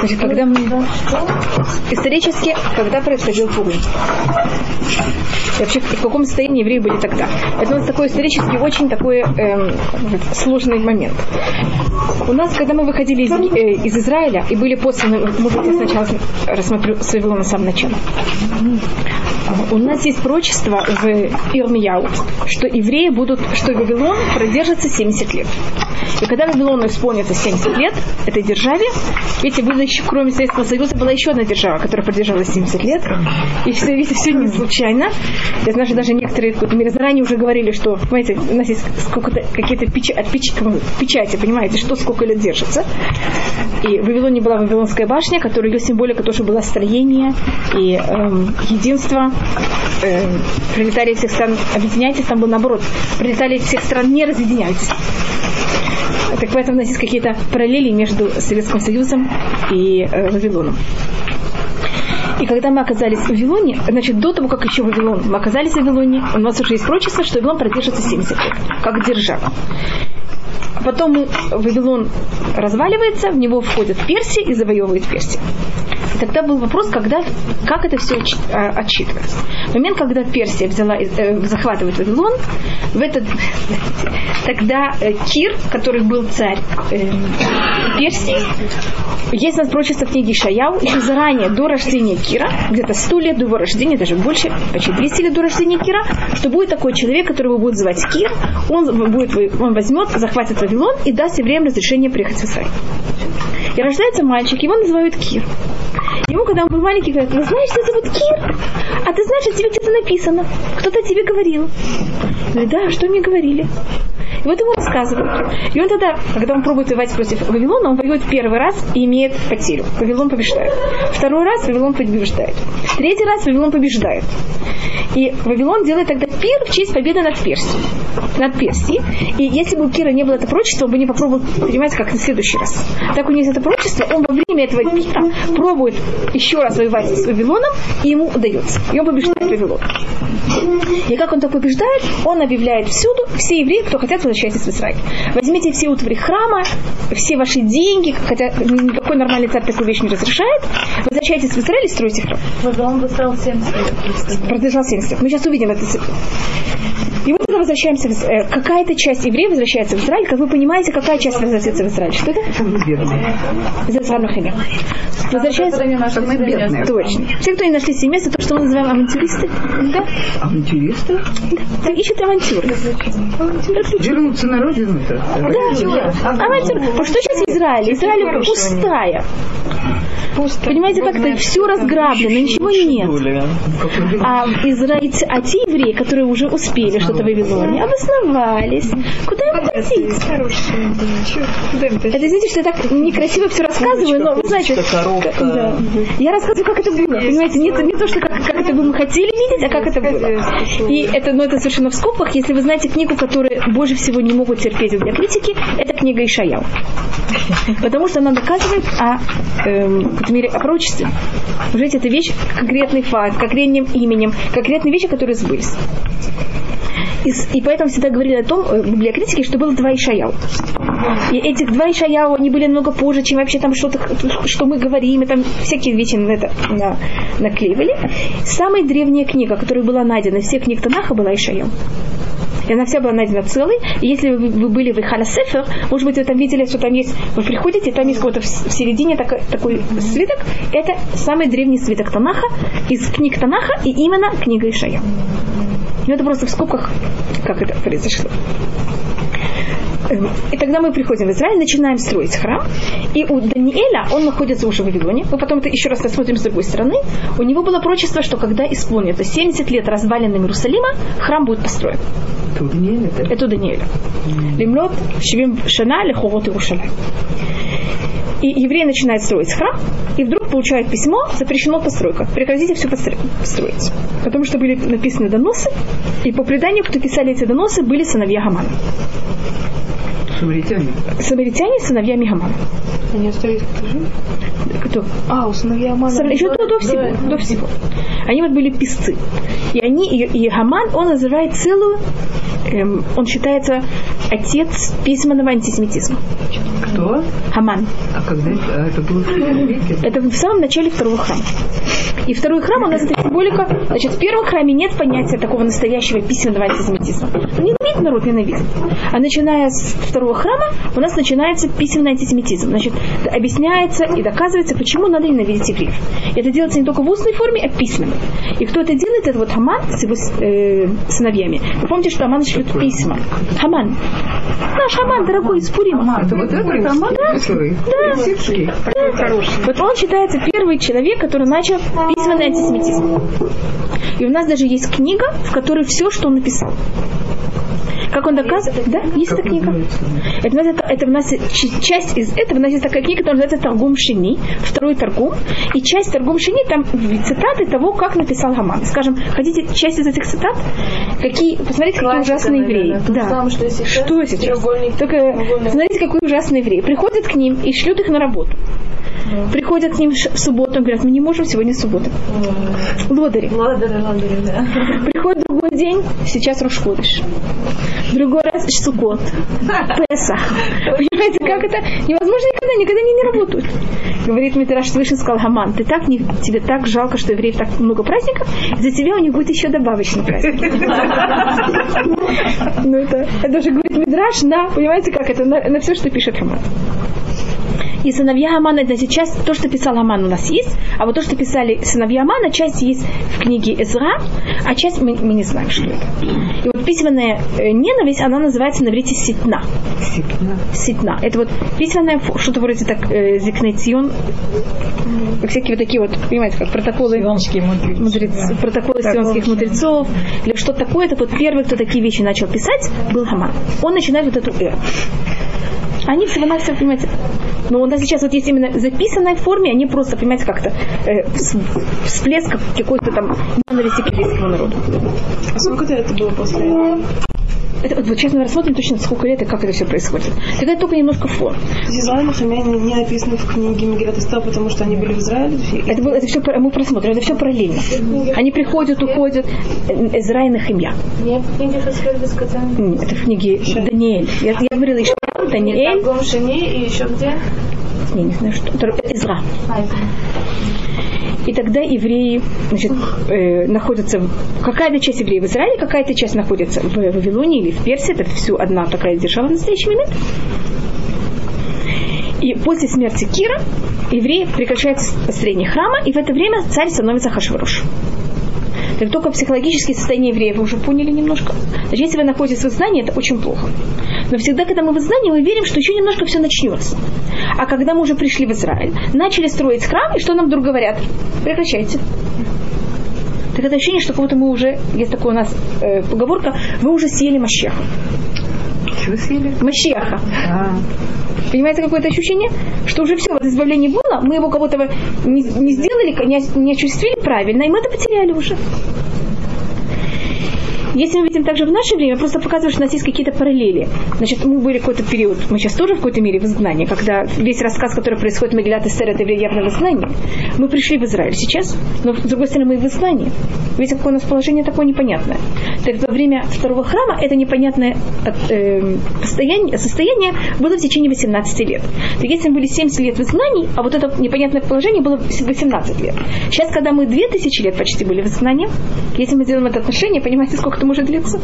Значит, когда мы... Исторически, когда происходил Пурим? И вообще, в каком состоянии евреи были тогда? Это у нас такой исторически очень такой сложный момент. У нас, когда мы выходили из Израиля и были посланы, может быть, я сначала рассмотрю с Вавилона на самом начале. У нас есть пророчество в Ирмияу, что евреи будут, что Вавилон продержится 70 лет. И когда Вавилону исполнится 70 лет, этой державе, видите, было еще, кроме Советского Союза, была еще одна держава, которая продержалась 70 лет. И все, видите, все не случайно. Я знаю, что даже некоторые заранее уже говорили, что, понимаете, у нас есть сколько-то какие-то печати, понимаете, что сколько лет держится. И в Вавилоне была Вавилонская башня, которая ее символика тоже была строение и единство. Пролетарии всех стран объединяйтесь, там был наоборот. Пролетарии всех стран не разъединяйтесь. Так поэтому у нас есть какие-то параллели между Советским Союзом и Вавилоном. И когда мы оказались в Вавилоне, значит, до того, как еще Вавилон, мы оказались в Вавилоне, у нас уже есть пророчество, что Вавилон продержится 70 лет, как держава. Потом Вавилон разваливается, в него входит Персия и завоевывает Персию. И тогда был вопрос, как это все отчитывается. В момент, когда Персия захватывает Вавилон, тогда Кир, который был царь Персии, есть у нас пророчество в книге Ишаяу, еще заранее, до рождения Кира, где-то 100 лет до его рождения, даже больше, почти 200 лет до рождения Кира, что будет такой человек, которого будут звать Кир, он возьмет, захватит Вавилон и даст евреям разрешение приехать в Израиль. И рождается мальчик, его называют Кир. Ему, когда он был маленький, говорят: вы знаешь, тебя зовут Кир? А ты знаешь, что тебе где-то написано? Кто-то тебе говорил. Говорит: да, что мне говорили? И вот ему рассказывают. И он тогда, когда он пробует воевать против Вавилона, он воюет первый раз и имеет потерю. Вавилон побеждает. Второй раз Вавилон побеждает. Третий раз Вавилон побеждает. И Вавилон делает тогда пир в честь победы над Персией. И если бы у Кира не было это пророчество, он бы не попробовал, понимаете, как на следующий раз. Так у него есть это пророчество, он во время этого пира пробует еще раз воевать с Вавилоном, и ему удается. И он побеждает Вавилон. И как он так побеждает, он объявляет всюду: все евреи, кто хотят, возвращайтесь в Израиль. Возьмите все утвари храма, все ваши деньги, хотя никакой нормальный царь такую вещь не разрешает. Возвращайтесь в Израиль и стройте храм. Вавилон достал 70 лет. Продолжал 70 лет. Мы сейчас увидим это. И вот мы возвращаемся в какая-то часть евреев возвращается в Израиль. Как вы понимаете, какая часть возвращается в Израиль? Что это? Возвращается. Точно. Все, кто не нашли себе место, то, что мы называем авантюристы. Да? Авантюристы? Да, ищут авантюры. Вернуться на родину? Да, авантюр. Что сейчас Израиль? Израиль пустая. Понимаете, как-то все разграблено, ничего нет. А те евреи, которые уже успели что-то в Вавилоне, обосновались. Куда им ходить? Это, извините, что я так некрасиво все рассказываю, но вы знаете, да. Я рассказываю, как это было. Понимаете, не то, что как это бы мы хотели видеть, а как это было. И это совершенно в скобках. Если вы знаете книгу, которую больше всего не могут терпеть для критики, это книга Ишаяу. Потому что она доказывает о пророчестве. Уже это вещь, конкретный факт, конкретным именем, конкретные вещи, которые сбылись. И поэтому всегда говорили о том, библиокритики, что было 2 Ишаяу. И этих 2 Ишаяу, они были намного позже, чем вообще там что-то, что мы говорим, и там всякие вещи на это наклеивали. Самая древняя книга, которая была найдена из всех книг Танаха, была Ишаяу. И она вся была найдена целой. И если вы были в Халя Сефер, может быть, вы там видели, что там есть, вы приходите, там есть какой-то в середине такой свиток. Это самый древний свиток Танаха, из книг Танаха, и именно книга Ишаяу. Но это просто в скобках, как это произошло. И тогда мы приходим в Израиль, начинаем строить храм. И у Даниэля, он находится уже в Вавилоне. Мы потом это еще раз рассмотрим с другой стороны. У него было пророчество, что когда исполнится 70 лет развалин Иерусалима, храм будет построен. Это у Даниэля? Это у Даниэля. Лимлот шевим шана леховот Иерушалайм. И евреи начинают строить храм, и вдруг получают письмо: запрещено постройка. Прекратите все построить. Потому что были написаны доносы, и по преданию, кто писали эти доносы, были сыновья Гамана. Самаритяне сыновьями Гамана. Они остались живы? Кто? У сыновья Гамана. Еще до всего. Они вот были писцы. И Гаман, он называет целую он считается отец письменного антисемитизма. Кто? Хаман. А когда это было в первом веке? Это в самом начале второго храма. И второй храм у нас это символика. Значит, в первом храме нет понятия такого настоящего письменного антисемитизма. Ненавидит народ, ненавидит. А начиная с второго храма у нас начинается письменный антисемитизм. Значит, объясняется и доказывается, почему надо ненавидеть евреев. Это делается не только в устной форме, а письменно. И кто это делает, это вот Хаман с его сыновьями. Вы помните, что Хаман шлет письма. Хаман. Наш Хаман, дорогой, из Пурима. Это вот это Хаман? Да. Вот он считается первый человек, который начал письменный антисемитизм. И у нас даже есть книга, в которой все, что он написал. Как он доказывает? Да, есть эта книга. Это у нас часть из этого, у нас есть такая книга, которая называется Таргум Шини, второй Таргум. И часть Таргум Шини, там цитаты того, как написал Хаман. Скажем, хотите часть из этих цитат? Посмотрите, какие ужасные евреи. Да. Что сейчас? Только смотрите, какой ужасный еврей. Приходят к ним и шлют их на работу. Приходят к ним в субботу, говорят, мы не можем, сегодня суббота. Лодыри. Да. Приходит другой день, сейчас Рош Ходеш. Другой раз Суккот. Песах. Понимаете, как это? Невозможно никогда они не работают. Говорит Мидраш, Всевышний сказал: Хаман, тебе так жалко, что евреев так много праздников, за тебя у них будет еще добавочный праздник. Ну это уже говорит Мидраш понимаете, как это, на все, что пишет Хаман. И сыновья Хамана, это часть, то, что писал Хаман, у нас есть, а вот то, что писали сыновья Хамана, часть есть в книге Эзра, а часть мы не знаем, что это. И вот письменная ненависть, она называется на иврите ситна. Ситна. Это вот письменная, что-то вроде так, зикнетион, всякие вот такие вот, понимаете, как протоколы мудрецов, протоколы сионских мудрецов, или что-то такое. Это вот первый, кто такие вещи начал писать, был Хаман. Он начинает вот эту эру. Они всего-навсего, понимаете, но у нас сейчас вот есть именно записанной форме, они просто, понимаете, как-то всплеск какой-то там ненависти к еврейскому народу. А сколько это было после этого? Это, вот сейчас мы рассмотрим точно, сколько лет и как это все происходит. Тогда только немножко форм. Израиль и Хамя не написаны в книге Мегилат Эстер, потому что они были в Израиле? Это все мы просмотрим, это все параллельно. Они приходят, уходят. Эзра и Нехемия. Нет, в книге Хескель без кота? Нет, это в книге Даниэль. Я говорила еще Даниэль. Таргум Шини и еще где? Не знаю, что. Эзра. И тогда евреи, значит, находятся... Какая-то часть евреев в Израиле, какая-то часть находится в Вавилоне или в Персии. Это все одна такая держава в настоящий момент. И после смерти Кира евреи прекращают построение храма, и в это время царь становится Ахашвирош. Так только психологическое состояние евреев вы уже поняли немножко. Значит, если вы находитесь в изгнании, это очень плохо. Но всегда, когда мы в изгнании, мы верим, что еще немножко все начнется. А когда мы уже пришли в Израиль, начали строить храм, и что нам вдруг говорят? Прекращайте. Так это ощущение, что как-то мы уже, есть такая у нас поговорка, вы уже съели Машеха. Чего съели? Машеха. Понимаете, какое-то ощущение? Что уже все, вот избавление было, мы его кого-то не сделали, не осуществили правильно, и мы это потеряли уже. Если мы видим также в наше время, просто показываю, что у нас есть какие-то параллели. Значит, мы были какой-то период, мы сейчас тоже в какой-то мере в изгнании, когда весь рассказ, который происходит в Мегилат Эстер, это явно в изгнании. Мы пришли в Израиль сейчас, но с другой стороны мы и в изгнании. Видите, какое у нас положение такое непонятное. Так во время второго храма это непонятное состояние было в течение 18 лет. Так если мы были 70 лет в изгнании, а вот это непонятное положение было 18 лет. Сейчас, когда мы 2000 лет почти были в изгнании, если мы делаем это отношение, понимаете, сколько это может длиться?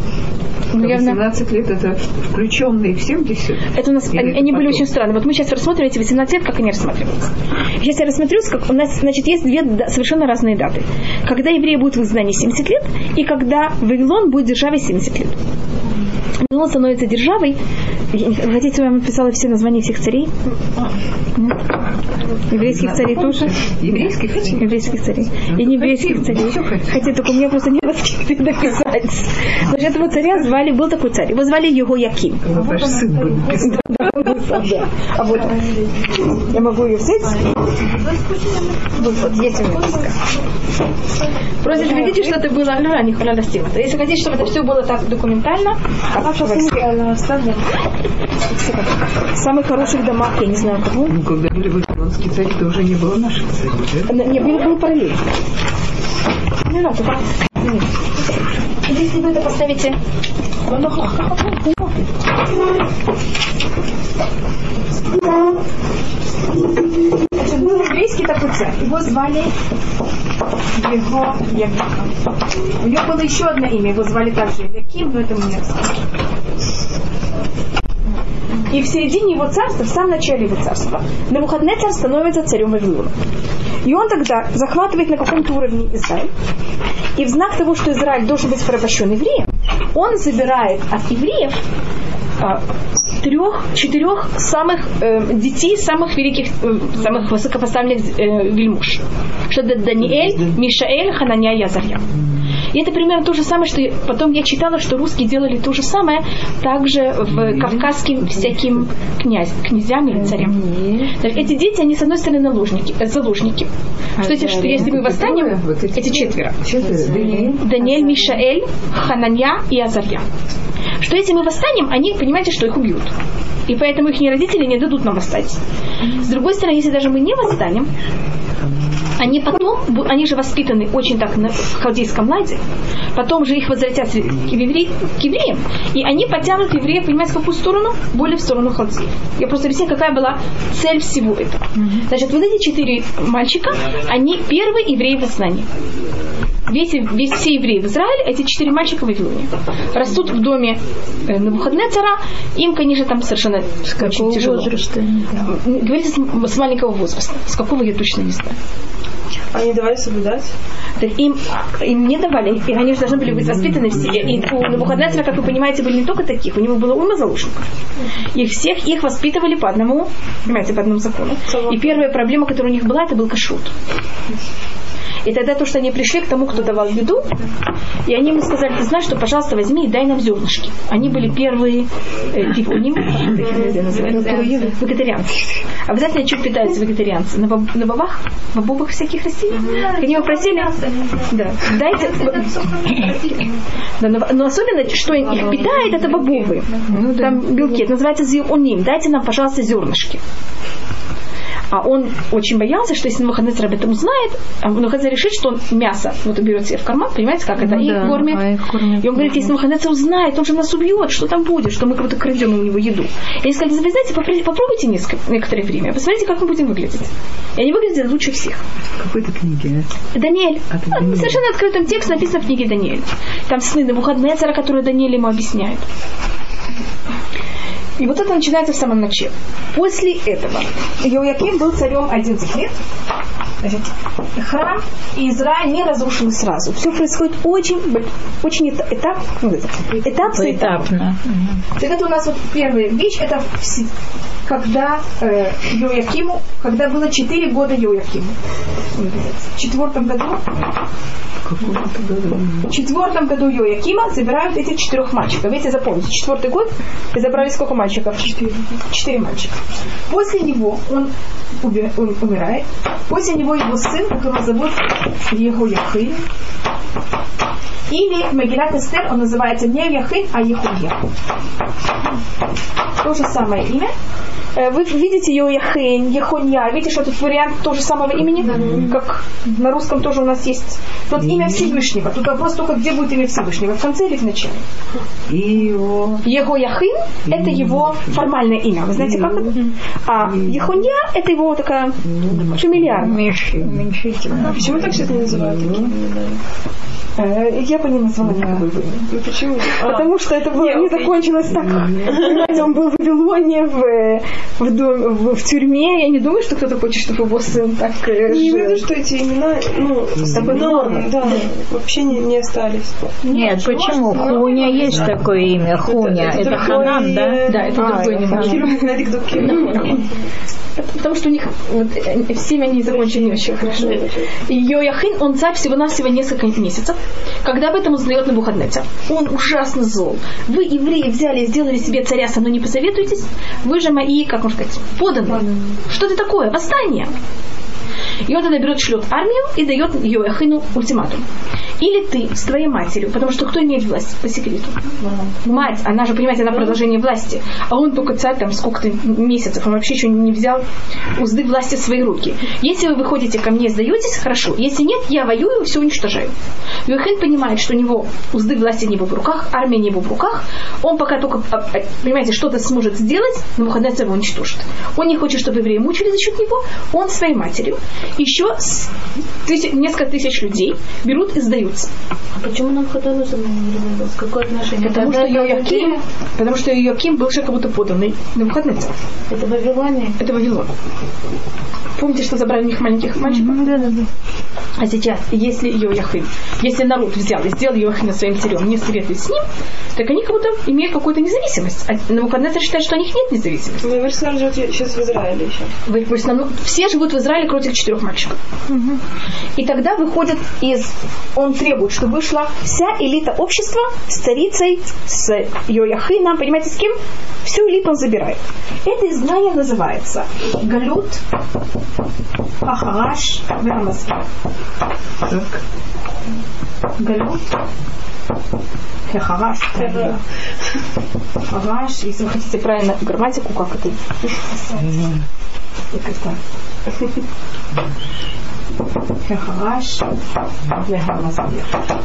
18 лет это включенные в 70? Это у нас, они были очень странные. Вот мы сейчас рассмотрим эти 18 лет, как они рассматриваются. Сейчас я рассмотрю, как у нас, значит, есть две совершенно разные даты. Когда евреи будут в изгнании 70 лет, и когда Вавилон будет державой 70 лет. Вавилон становится державой. Хотите, я вам написала все названия всех царей? Нет? Еврейских царей тоже? Еврейских царей? Еврейских царей. И не еврейских царей. Хотите, только у меня просто нет возможности написать. Значит, этого царя звали, был такой царь. Его звали Йеhoяким. Ваш сын был написан. А вот я могу ее взять. Вот, есть у меня доска. Просто если хотите, что это было, не хвала стимата. Если хотите, чтобы это все было так документально, в самых хороших домах, я не знаю кого. Ну, когда были вавилонские цари, то уже не было наших царей, да? Не, было параллельно. Не надо, если вы это поставите... Значит, был еврейский такой царь. Его звали Яким. У него было еще одно имя. Его звали также Яким, но это мне не расскажу. И в середине его царства, в самом начале его царства, Навуходоносор становится царем Вавилона. И он тогда захватывает на каком-то уровне Израиль. И в знак того, что Израиль должен быть порабощен евреем, он забирает от евреев 3-4 самых детей, самых великих, самых высокопоставленных вельмож. Что это Даниэль, Мишаэль, Хананя и Азарья. И это примерно то же самое, что потом я читала, что русские делали то же самое также в кавказским всяким князьям или царям. Эти дети, они с одной стороны заложники. Что если мы восстанем, эти 4. Даниэль, Мишаэль, Хананя и Азарья. Что если мы восстанем, они, понимаете, что их убьют. И поэтому их родители не дадут нам восстать. С другой стороны, если даже мы не восстанем, они потом, они же воспитаны очень так в халдейском ладе, потом же их возвратят к евреям, и они потянут евреев, понимаете, в какую сторону? Более в сторону халдеев. Я просто объясняю, какая была цель всего этого. Значит, вот эти 4 мальчика, они первые евреи в изгнании. Все евреи в Израиле, эти 4 мальчика в Вавилоне. Растут в доме Навуходоносора, им, конечно, там совершенно очень тяжело. Возраста? Говорится, с маленького возраста. С какого я точно не знаю. Они давали соблюдать? Им не давали, и они же должны были быть воспитаны все. И у Навуходоносора, как вы понимаете, были не только таких, у него было уйма заложников. И всех их воспитывали по одному, понимаете, по одному закону. И первая проблема, которая у них была, это был кашрут. И тогда то, что они пришли к тому, кто давал еду, и они ему сказали: ты знаешь, что, пожалуйста, возьми и дай нам зернышки. Они были первые вегетарианцы. Обязательно чуть питаются вегетарианцы. На бобах всяких растений. Они его просили, дайте. Но особенно, что их питает, это бобовые. Там белки, это называется зионим. Дайте нам, пожалуйста, зернышки. А он очень боялся, что если Навуходоносор об этом узнает, Навуходоносор решит, что он мясо берет себе в карман, понимаете, как это, и кормит. И он говорит: если Навуходоносор узнает, он же нас убьет, что там будет, что мы как будто крадем у него еду. И они сказали: вы знаете, попробуйте некоторое время, посмотрите, как мы будем выглядеть. И они выглядят лучше всех. В какой-то книге? Даниэль. Совершенно открытым текстом написано в книге Даниэль. Там сны Навуходоносора, которые Даниэль ему объясняет. И вот это начинается в самом начале. После этого Йоаким был царем 11 лет. Значит, храм и Израиль не разрушены сразу. Все происходит очень этапно. Так это у нас вот первая вещь. Это когда Йоакиму, когда было 4 года Йоакиму. В 4 году Йоакима забирают этих 4 мальчиков. Видите, запомните, 4 год и забрали сколько мальчиков? 4 мальчика. После него он умирает. После него его сын, которого зовут Йехояхин. Или в Мегилат Эстер он называется не Яхин, а Ехуя. То же самое имя. Вы видите Йояхин, Ехонья. Видите, что тут вариант того же самого имени? Как на русском тоже у нас есть. Тут имя Всевышнего. Тут вопрос только, где будет имя Всевышнего. В конце или в начале? Йехояхин – это его формальное имя. Вы знаете, как это? А Ехонья – это его такая фамильярная. Почему так сейчас не называют? Я бы не назвала никакой имя. Почему? Потому что это было, не закончилось так. Понимаете, он был в Вавилоне, в тюрьме. Я не думаю, что кто-то хочет, чтобы его сын так жил. Не имею в виду, что эти имена, с тобой нормы, вообще не остались. Нет, почему? Хуня есть такое имя. Хуня. Это Ханан, да? Да, это другое имя. Потому что у них семя не закончили очень хорошо. Йояхин, он царь всего-навсего несколько месяцев. Когда об этом узнает Навуходоносор, он ужасно зол. Вы, евреи, взяли и сделали себе царя, со мной не посоветуетесь. Вы же мои, как можно сказать, подданные. Что это такое? Восстание. И он тогда берет, шлет армию и дает Йоахину ультиматум. Или ты с твоей матерью, потому что кто имеет власть по секрету? Мать, она же, понимаете, она продолжение власти, а он только царь там сколько-то месяцев, он вообще еще не взял узды власти в свои руки. Если вы выходите ко мне, сдаетесь, хорошо. Если нет, я воюю, все уничтожаю. Йоахин понимает, что у него узды власти не в руках, армия не в руках, он пока только, понимаете, что-то сможет сделать, Навуходоносор его уничтожит. Он не хочет, чтобы евреи мучили за счет него, он своей матерью, еще несколько тысяч людей берут и сдаются. А почему Навуходоносор не ревновался? Какое отношение? Потому что Йоаким был же как будто поданный Навуходоносор. Это Вавилония? Это Вавилон. Помните, что забрали у них маленьких мальчиков? Да. А сейчас, если Йоахим, если народ взял и сделал Йоахина своим царем, не советует с ним, так они как будто имеют какую-то независимость. А Навуходоносор считает, что у них нет независимости. Навуходоносор живет сейчас в Израиле еще. Все живут в Израиле кроме 4 мальчиков. Угу. И тогда выходит он требует, чтобы вышла вся элита общества с царицей, с Йоахином, понимаете, с кем? Всю элиту он забирает. Это изгнание называется Галут Ахараш Веамазгер. Галут Ахараш. Ахараш, если вы хотите правильно грамматику, как это Ахараш Веамазгер.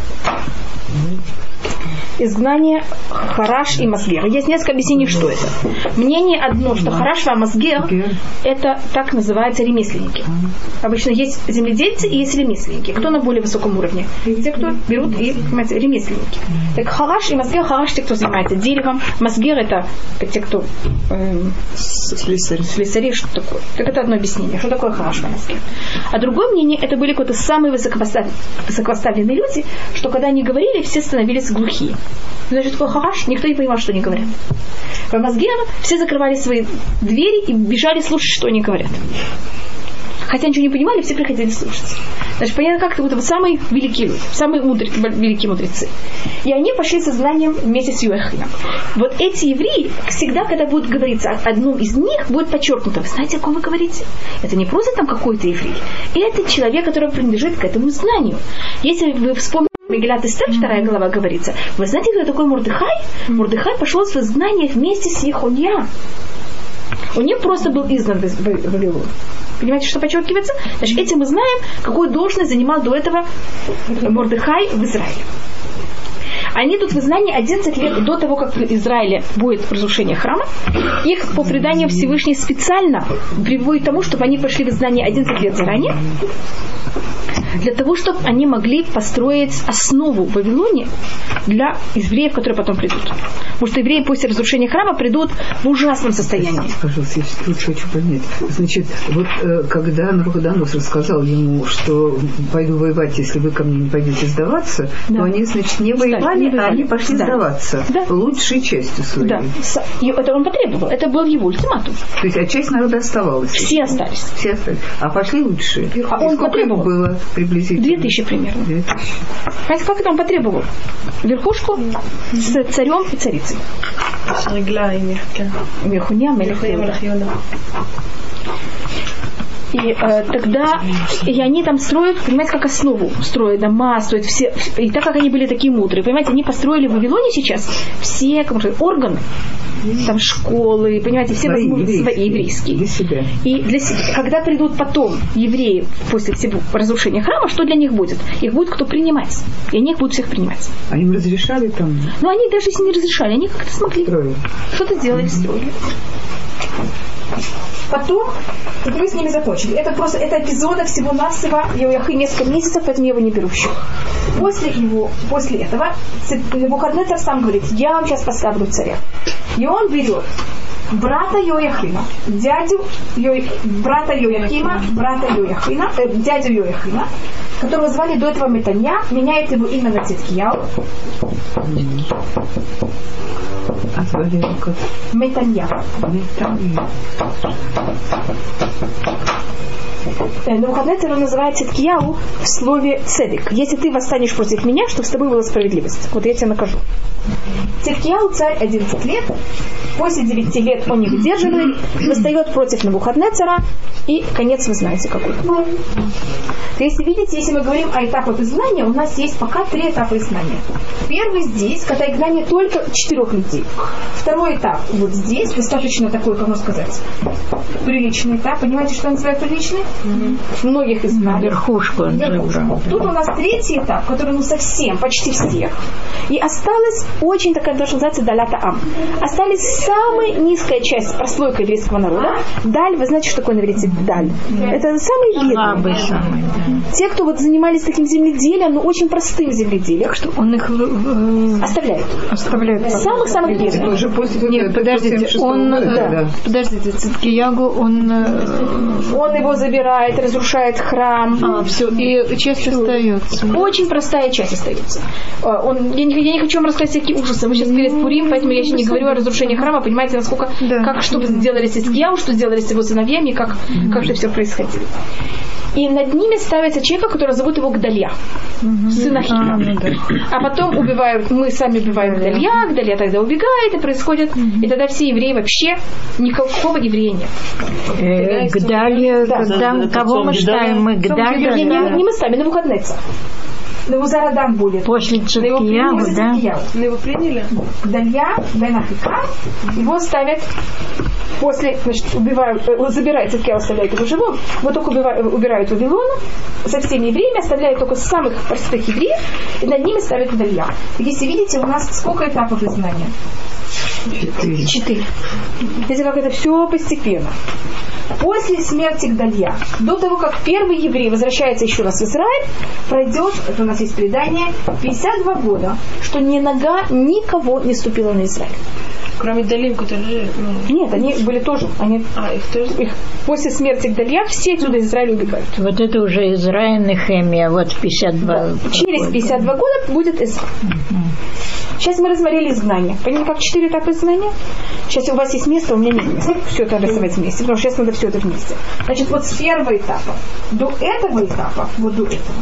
Изгнание Хараш и Масгер. Есть несколько объяснений, что это. Мнение одно, что Хараш и Масгер это так называются ремесленники. Обычно есть земледельцы и есть ремесленники. Кто на более высоком уровне? Те, кто берут и, понимаете, ремесленники. Так Хараш и Масгер, Хараш те, кто занимается деревом, Масгер это те, кто слесари, что такое. Так это одно объяснение. Что такое Хараш и Масгер? А другое мнение, это были какие-то самые высокопоставленные люди, что когда они говорили, все становились глухие. Значит, такой Хараш, никто не понимал, что они говорят. В Масгер все закрывали свои двери и бежали слушать, что они говорят. Хотя ничего не понимали, все приходили слушать. Значит, понятно, как-то вот самые великие люди, самые великие мудрецы. И они пошли со знанием вместе с Йоахином. Вот эти евреи, всегда, когда будет говориться о одном из них, будет подчеркнуто. Вы знаете, о ком вы говорите? Это не просто там какой-то еврей. Это человек, который принадлежит к этому знанию. Если вы вспомните, Мегилат Эстер, 2 глава говорится, вы знаете, кто такой Мордехай? Мордехай пошел в изгнание вместе с Ехонья. Он не просто был изгнан в Вавилон. Понимаете, что подчеркивается? Значит, этим мы знаем, какую должность занимал до этого Мордехай в Израиле. Они тут в изгнании 11 лет до того, как в Израиле будет разрушение храма. Их, по преданию, Всевышний специально приводит к тому, чтобы они пошли в изгнание 11 лет заранее, для того, чтобы они могли построить основу в Вавилоне для евреев, которые потом придут. Потому что евреи после разрушения храма придут в ужасном состоянии. Пожалуйста, я лучше хочу понять. Значит, вот когда Навуходоносор сказал ему, что пойду воевать, если вы ко мне не пойдете сдаваться, да. То они, значит, не воевали, а они пошли сдаваться. Да. Лучшей частью своей. Да. Это он потребовал. Это был его ультиматум. То есть, часть народа оставалась? Все остались. А пошли лучшие? А он потребовал. Было приблизительно? 2000 примерно. 2000. Понимаете, как это он потребовал? Верхушку с царем и царицей. И тогда и они там строят, понимаете, как основу строят дома, строят все. И так как они были такие мудрые, понимаете, они построили в Вавилоне сейчас все, как можно, органы, там школы, понимаете, все свои еврейские. Для себя. И для себя. Когда придут потом евреи после всего разрушения храма, что для них будет? Их будет кто принимать. И они их будут всех принимать. А им разрешали там? Ну, они даже если не разрешали, они как-то смогли. Что-то делали, строили. Потом мы с ними закончили. Это просто эпизода всего-навсего. Йоахим несколько месяцев, поэтому я его не беру в счет. После этого Навуходоносор сам говорит, я вам сейчас поставлю царя. И он берет брата Йоахима, дядю Йоахина, которого звали до этого Метанья, меняет его имя на Циткияу. А звали его как? Метанья. Навуходоносор называет Циткияу в слове цедек. Если ты восстанешь против меня, чтобы с тобой была справедливость. Вот я тебя накажу. Циткияу царь 11 лет, после 9 лет он не выдерживает, восстает против Навуходнецара, и конец вы знаете какой. То есть, видите, если мы говорим о этапах изгнания, у нас есть пока 3 этапа изгнания. Первый здесь, когда изгнание только 4 людей. Второй этап вот здесь, достаточно такой, как можно сказать, приличный этап. Понимаете, что называется приличный? Многих изгнали. Верхушку. Тут у нас 3-й этап, который совсем, почти всех. И осталась очень такая, то, что называется, далята ам. Осталась самая низкая часть, прослойка еврейского народа. Даль, вы знаете, что такое на иврите даль? Это самые бедные. Те, кто вот занимались таким земледелием, но очень простым земледелием. Что он их оставляет. Самых-самых бедных. Нет, подождите, подождите, Циткиягу, он его забирает, разрушает храм. Все, и часть остается. Очень простая часть остается. Я не хочу вам рассказать всякие ужасы. Мы сейчас перед Пурим, поэтому я еще не говорю о разрушении храма. Понимаете, насколько, что сделали с Циткияу, что сделали с его сыновьями, как это все происходило. И над ними ставится человека, который зовут его Гдалья, сын Ахива. А потом мы сами убиваем Гдалья тогда убегает, и происходит, и тогда все евреи вообще, никакого еврея нет. Гдалья, кого мы ставим? Мы Гдалья? Не мы ставим, Навуходнецар. Навузарадам будет. После Циткияу, да? Но его приняли? Гдалья, бен Ахикам, его ставят после, значит, забирают Циткияу, оставляют его живым, вот только убирают Вавилон со всеми евреями, оставляют только самых простых евреев, и над ними ставят Гдалья. Если видите, у нас сколько этапов изгнания? 4. Видите, как это все постепенно. После смерти Гдалья, до того, как первый еврей возвращается еще раз в Израиль, пройдет, это у нас есть предание, 52 года, что ни нога никого не ступила на Израиль. Кроме Гдалья, которые... Нет, они были тоже. Их после смерти Гдалья все отсюда из Израиля убегают. Вот это уже Израиль, Нехемия, вот 52 Через 52 года будет Израиль. Сейчас мы рассмотрели изгнание. Поняли, как 4 этапа изгнания? Сейчас у вас есть место, у меня нет места. Все это рисовать вместе, потому что сейчас надо все это вместе. Значит, вот с первого этапа до этого этапа, вот до этого,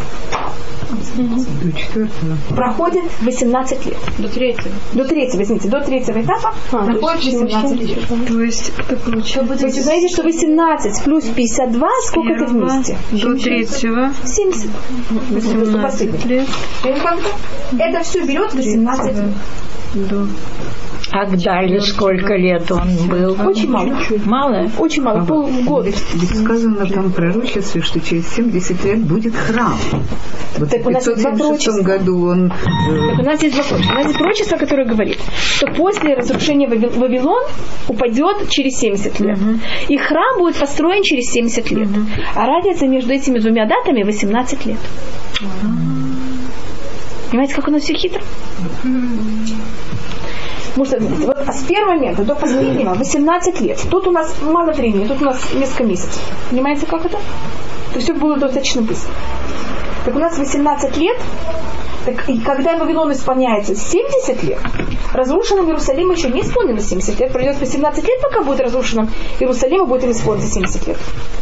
до 4-го проходит 18 лет. До 3-го. До 3-го, извините, до 3-го этапа проходит 18 лет. То есть это получается... То есть вы знаете, что 18 плюс 52, сколько это вместе? До 3-го. 70. 18 лет. Это все берет 18 лет. Да. А Гдалья сколько лет он был? Очень мало. Мало? Очень мало, полгода. Ведь сказано там в пророчестве, что через 70 лет будет храм. Вот так в 576 году он... Так у нас есть два пророчества. У нас есть пророчество, которое говорит, что после разрушения Вавилон упадет через 70 лет. И храм будет построен через 70 лет. А разница между этими двумя датами 18 лет. Понимаете, как у нас все хитро? Вот с первого момента до последнего 18 лет. Тут у нас мало времени, тут у нас несколько месяцев. Понимаете, как это? То все было достаточно быстро. Так у нас 18 лет, так, и когда Вавилон исполняется 70 лет, разрушенным Иерусалим еще не исполнилось 70 лет, пройдет 18 лет, пока будет разрушенным Иерусалим, и будет им исполниться 70 лет.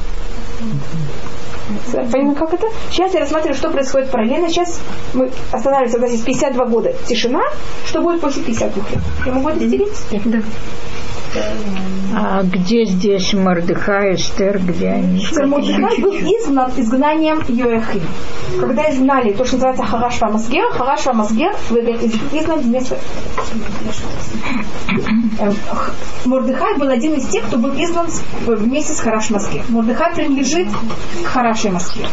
Понимаете, как это? Сейчас я рассматриваю, что происходит параллельно. Сейчас мы останавливаемся, у нас есть 52 года тишина. Что будет после 52 лет? Я могу это делить? Да. А где здесь Мордехай, Эстер, где они? Мордехай был изгнан изгнанием Йоахим. Когда изгнали то, что называется Хараш ва-Масгер изгнан вместо... Мордехай был один из тех, кто был изгнан вместе с Хараш Масгер. Мордехай принадлежит к Хараш и Масгер.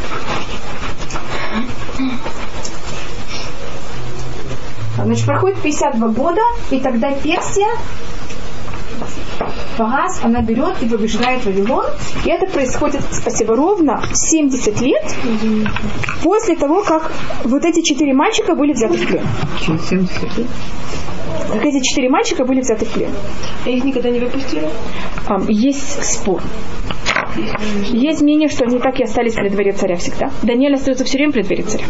Значит, проходит 52 года, и тогда Персия, Фарас, она берет и побеждает Вавилон. И это происходит, спасибо, ровно 70 лет после того, как вот эти 4 мальчика были взяты в плен. Через 70 лет? Как эти 4 мальчика были взяты в плен. А их никогда не выпустили? Есть спор. Есть мнение, что они так и остались при дворе царя всегда. Даниэль остается все время при дворе царя.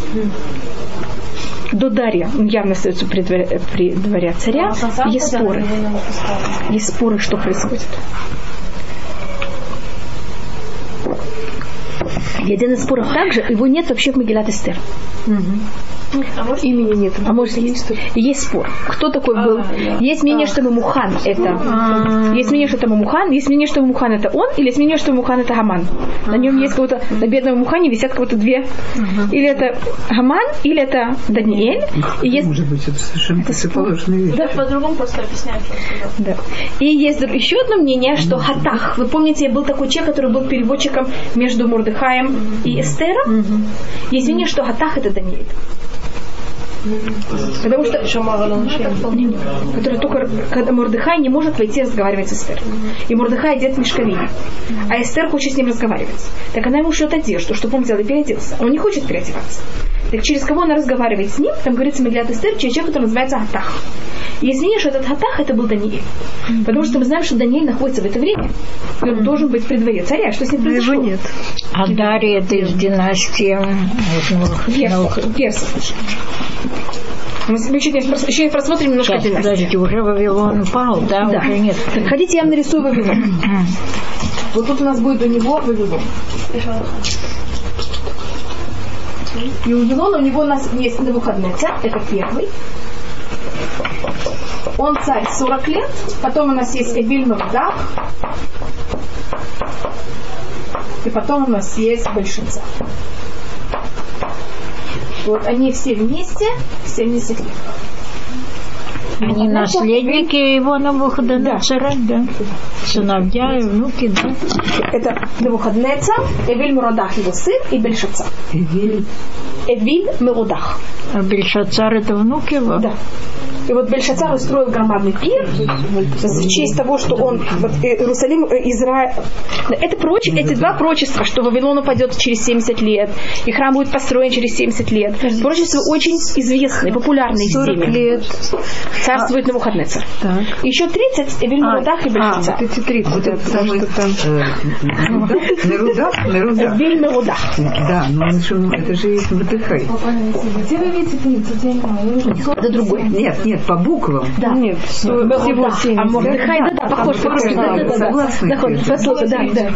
До Дарья он явно остается при дворе царя. Есть споры. Есть споры, что происходит. И один из споров также, его нет вообще в Мегилат Эстер. Имени нет. А может есть спор. Кто такой был? Есть мнение, что Мемухан это. Есть мнение, что это Мемухан. Есть мнение, что Мемухан это он. Или есть мнение, что Мемухан это Гаман. На нем есть кого-то, на бедном Мемухане висят кого-то две. Или это Гаман, или это Даниэль. И есть... Может быть, это совершенно противоположная вещь. Да, по-другому просто объясняют. Да. И есть еще одно мнение, что Хатах. Вы помните, был такой человек, который был переводчиком между Мордехаем и Эстером. Есть мнение, что Хатах это Даниэль. Потому что который только когда Мордехай не может войти разговаривать с Эстер. И Мордехай одет в мешковине. А Эстер хочет с ним разговаривать. Так она ему шьет одежду, чтобы он взял и переоделся. Он не хочет переодеваться. Так через кого она разговаривает с ним? Там говорится Меглят Эстер, через человека, который называется Хатах. И есть мнение, что этот Хатах это был Даниэль. Потому что мы знаем, что Даниэль находится в это время. И он должен быть при дворе царя. Что с ним произошло? Его нет. А Дарья это из династии персов. Мы еще не просмотрим немножко династию. Подождите, уже Вавилон пал, да? Уже нет. Хотите, я вам нарисую Вавилон. Вот тут у нас будет у него Вавилон. И у Вавилона у него у нас есть Навуходоносор, это первый. Он царь 40 лет. Потом у нас есть Эвиль-Мородах. И потом у нас есть Бельшацар. Вот они все вместе 70 лет. Они наследники его Навуходоносора, да. Сыновья и внуки, да. Это Навуходоносор, Эвиль-Мородах его сын и Бельшацар. Эвиль-Мородах. А Бельшацар это внук его? Да. И вот Бельшацар устроил громадный пир в честь того, что он вот, Иерусалим, Израиль. Эти два пророчества, что Вавилон упадет через 70 лет, и храм будет построен через 70 лет. Пророчества очень известные, популярные в 40 лет. Царствует Навуходоносор. Еще 30 Эвиль-Мородах и Бельшацар. Вот эти 30. Вот это потому что там Мерудах. Эвиль-Мородах. Да, но это же есть Мордехай. Где вы видите 30? Я не знаю. Это другое. Нет, по буквам. Да. Нет, всего 7. А Мордехай, да, похож. Да.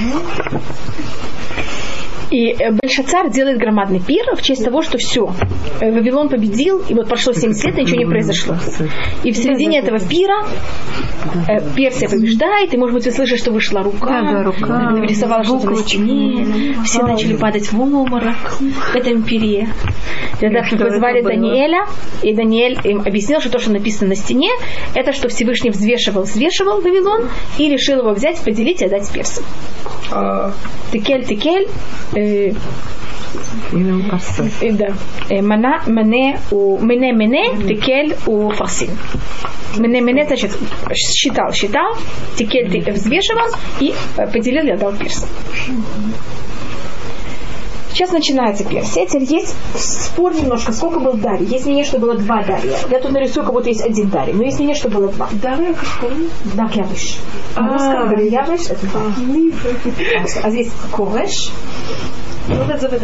И Бельшацар делает громадный пир в честь того, что все, Вавилон победил, и вот прошло 70 лет, и ничего не произошло. И в середине этого пира Персия побеждает, и, может быть, вы слышали, что вышла рука, нарисовала что-то на стене, все начали падать в обморок в этом пире. Тогда позвали Даниэля, и Даниэль им объяснил, что то, что написано на стене, это что Всевышний взвешивал Вавилон и решил его взять, поделить и отдать персам. Текель, да. Мене, текель у фарсин. Мене, значит, считал, текель взвешивал и поделил и отдал персам. Сейчас начинается Персия. Теперь есть спор немножко, сколько было Дарий. Есть мнение, что было 2 Дария. Я тут нарисую, как будто есть 1 Дарий. Но есть мнение, что было 2. Дария какой? Да, Явыш. Явыш это 2. А здесь Кореш. Вот это в этом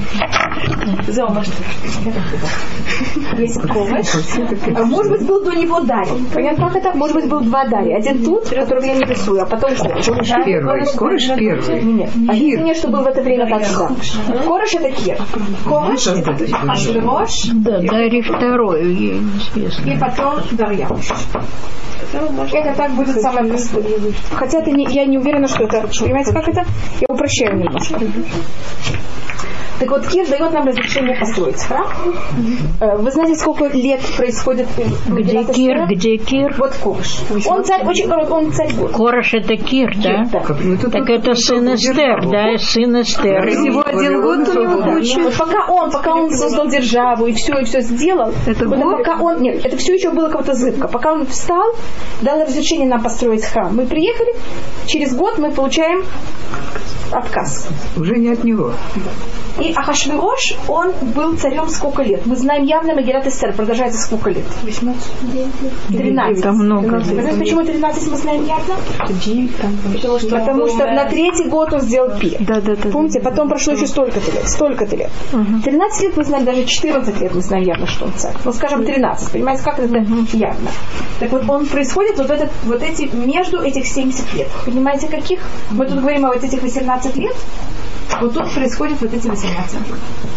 Есть Кореш. Может быть, был до него Дарий. Понятно, как это? Может быть, был 2 Дария. Один тут, которого я не рисую, а потом что? Кореш первый. Нет. А есть мнение, что был в это время так же. Кореш это Кир. Кореш это Ашвирош. Да, Дарий второй, известно. И потом Дарьяуш. Это так будет самое простое. Хотя это я не уверена, что это. Понимаете, как это? Я упрощаю немножко. Так вот, Кир дает нам разрешение построить храм. Вы знаете, сколько лет происходит... Где Кир? Вот Кореш. Он царь, очень короткий, он царь год. Кореш это Кир, да? Так это сын Эстер, да? Сын Эстер. Всего 1 год у него получился. Вот пока он создал державу и все сделал, нет, это все еще было какая-то зыбка. Пока он встал, дал разрешение нам построить храм. Мы приехали, через год мы получаем отказ. Уже не от него. И Ахашвирош, он был царем сколько лет? Мы знаем явно, Мегилат Эстер продолжается сколько лет? 13. Там много. Вы знаете, почему 13 мы знаем явно? Потому что на 3-й год он сделал пир. Да. Помните, потом прошло еще столько-то лет. 13 лет мы знаем, даже 14 лет мы знаем явно, что он царь. Ну, скажем, 13. Понимаете, как это явно? Так вот, он происходит между этих 70 лет. Понимаете, каких? Мы тут говорим о вот этих 18 лет. Вот тут происходит вот эти 18 лет.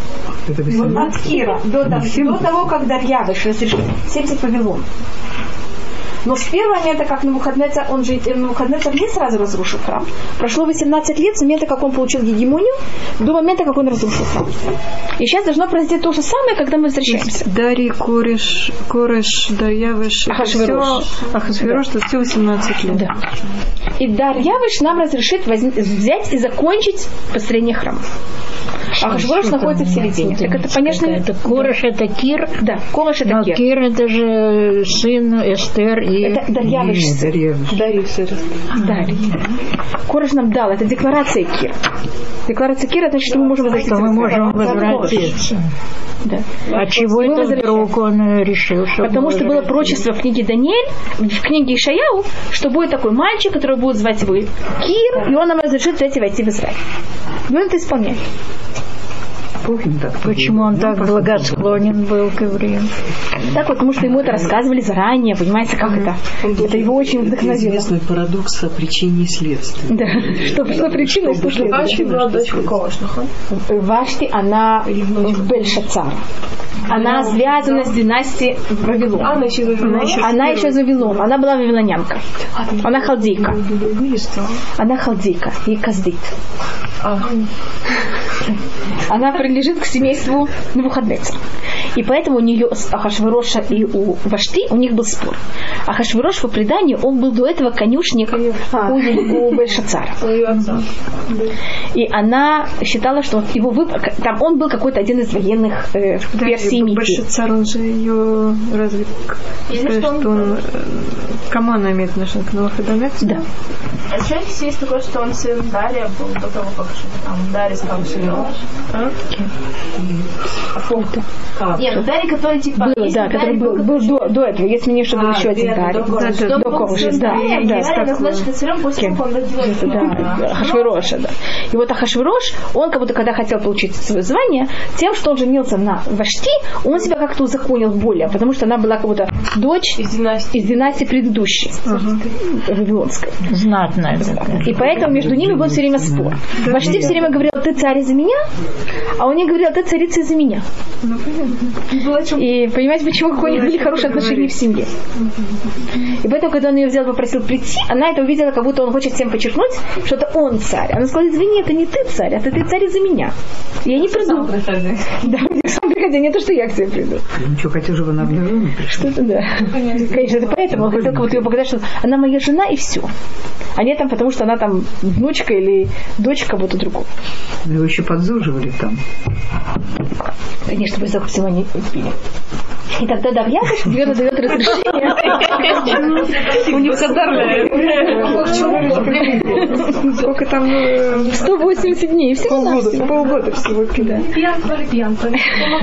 от Кира до того, как Дарьявиш разрешил 70 Вавилон. Но с первого момента, как Навуходоносор, он же Навуходоносор не сразу разрушил храм. Прошло 18 лет с момента, как он получил гегемонию, до момента, как он разрушил храм. И сейчас должно произойти то же самое, когда мы возвращаемся. Дарий, Кореш, Дарьявиш, Ахашвирош, это все 18 лет. Да. И Дарьявиш нам разрешит взять и закончить построение храма. Ахашвирош находится в середине. Так это, конечно... Это Кореш, это Кир? Да, Кореш это Кир. Кир это же сын Эстер и... Это Дарьявиш. Дарий. Кореш нам дал. Это декларация Кира. Декларация Кира, значит, что мы можем возвратиться. Мы можем возвратиться. Да. А чего это вдруг он решил? Потому что было пророчество в книге Даниэль, в книге Ишаяу, что будет такой мальчик, который будет звать его Кир, и он нам разрешит взять и войти в Израиль. И он это исполняет. Почему он так благосклонен был к евреям? Так вот, потому что ему это рассказывали заранее, понимаете, как это? Это его очень вдохновило. Известный парадокс о причине и следствии. Да, что причина и что следствие. Вашти была дочь какого? Вашти, она в Бельшацар. Она связана с династией Вавилон. Она еще из Вавилона. Она была вавилонянка. Она халдейка. Она халдейка и каздит. Она принадлежит к семейству Навуходоносора. И поэтому у нее с Ахашвироша и у Вашти у них был спор. Ахашвирош по преданию, он был до этого конюшник у Бельшацара. И она считала, что его там он был какой-то один из военных Персии. Бельшацар, он же ее разве что он кому она имеет отношение, к Навуходоносору? Да. А что есть такое, что он сын Дария был до того, как там Дарий стал сыном? Нет, Дарий, который типа... Был, да, который был до этого. Если мне что был еще один Дарий. До Корша, да. Дарий назначен царем после того, как он родился. Да, Ахашвироша, да. И вот Ахашвирош, он как будто, когда хотел получить свое звание, тем, что он женился на Вашти, он себя как-то узаконил более, потому что она была как будто дочь из династии предыдущей, вавилонской. Знатная. И поэтому между ними был все время спор. Вашти все время говорил: ты царь из-за меня, а он не говорил: ты царица из-за меня. И понимаете, почему какие у них были хорошие отношения в семье. И поэтому, когда он ее взял, попросил прийти, она это увидела, как будто он хочет всем подчеркнуть, что это он царь. Она сказала: извини, это не ты царь, а ты царь из-за меня. Я не приду. Да, сам приходи, не то, что я к тебе приду. Ничего, хотел, чтобы она обнаружила. Что-то, да. Конечно, это поэтому он хотел кого-то ее показать, что она моя жена и все. А не там, потому что она там внучка или дочь кого-то другого. Его еще подзуживали там. Конечно, вы за всего не пили. И тогда Дарьявиш дает разрешение. У них сколько там? 180 дней. Полгода всего. Пьянка.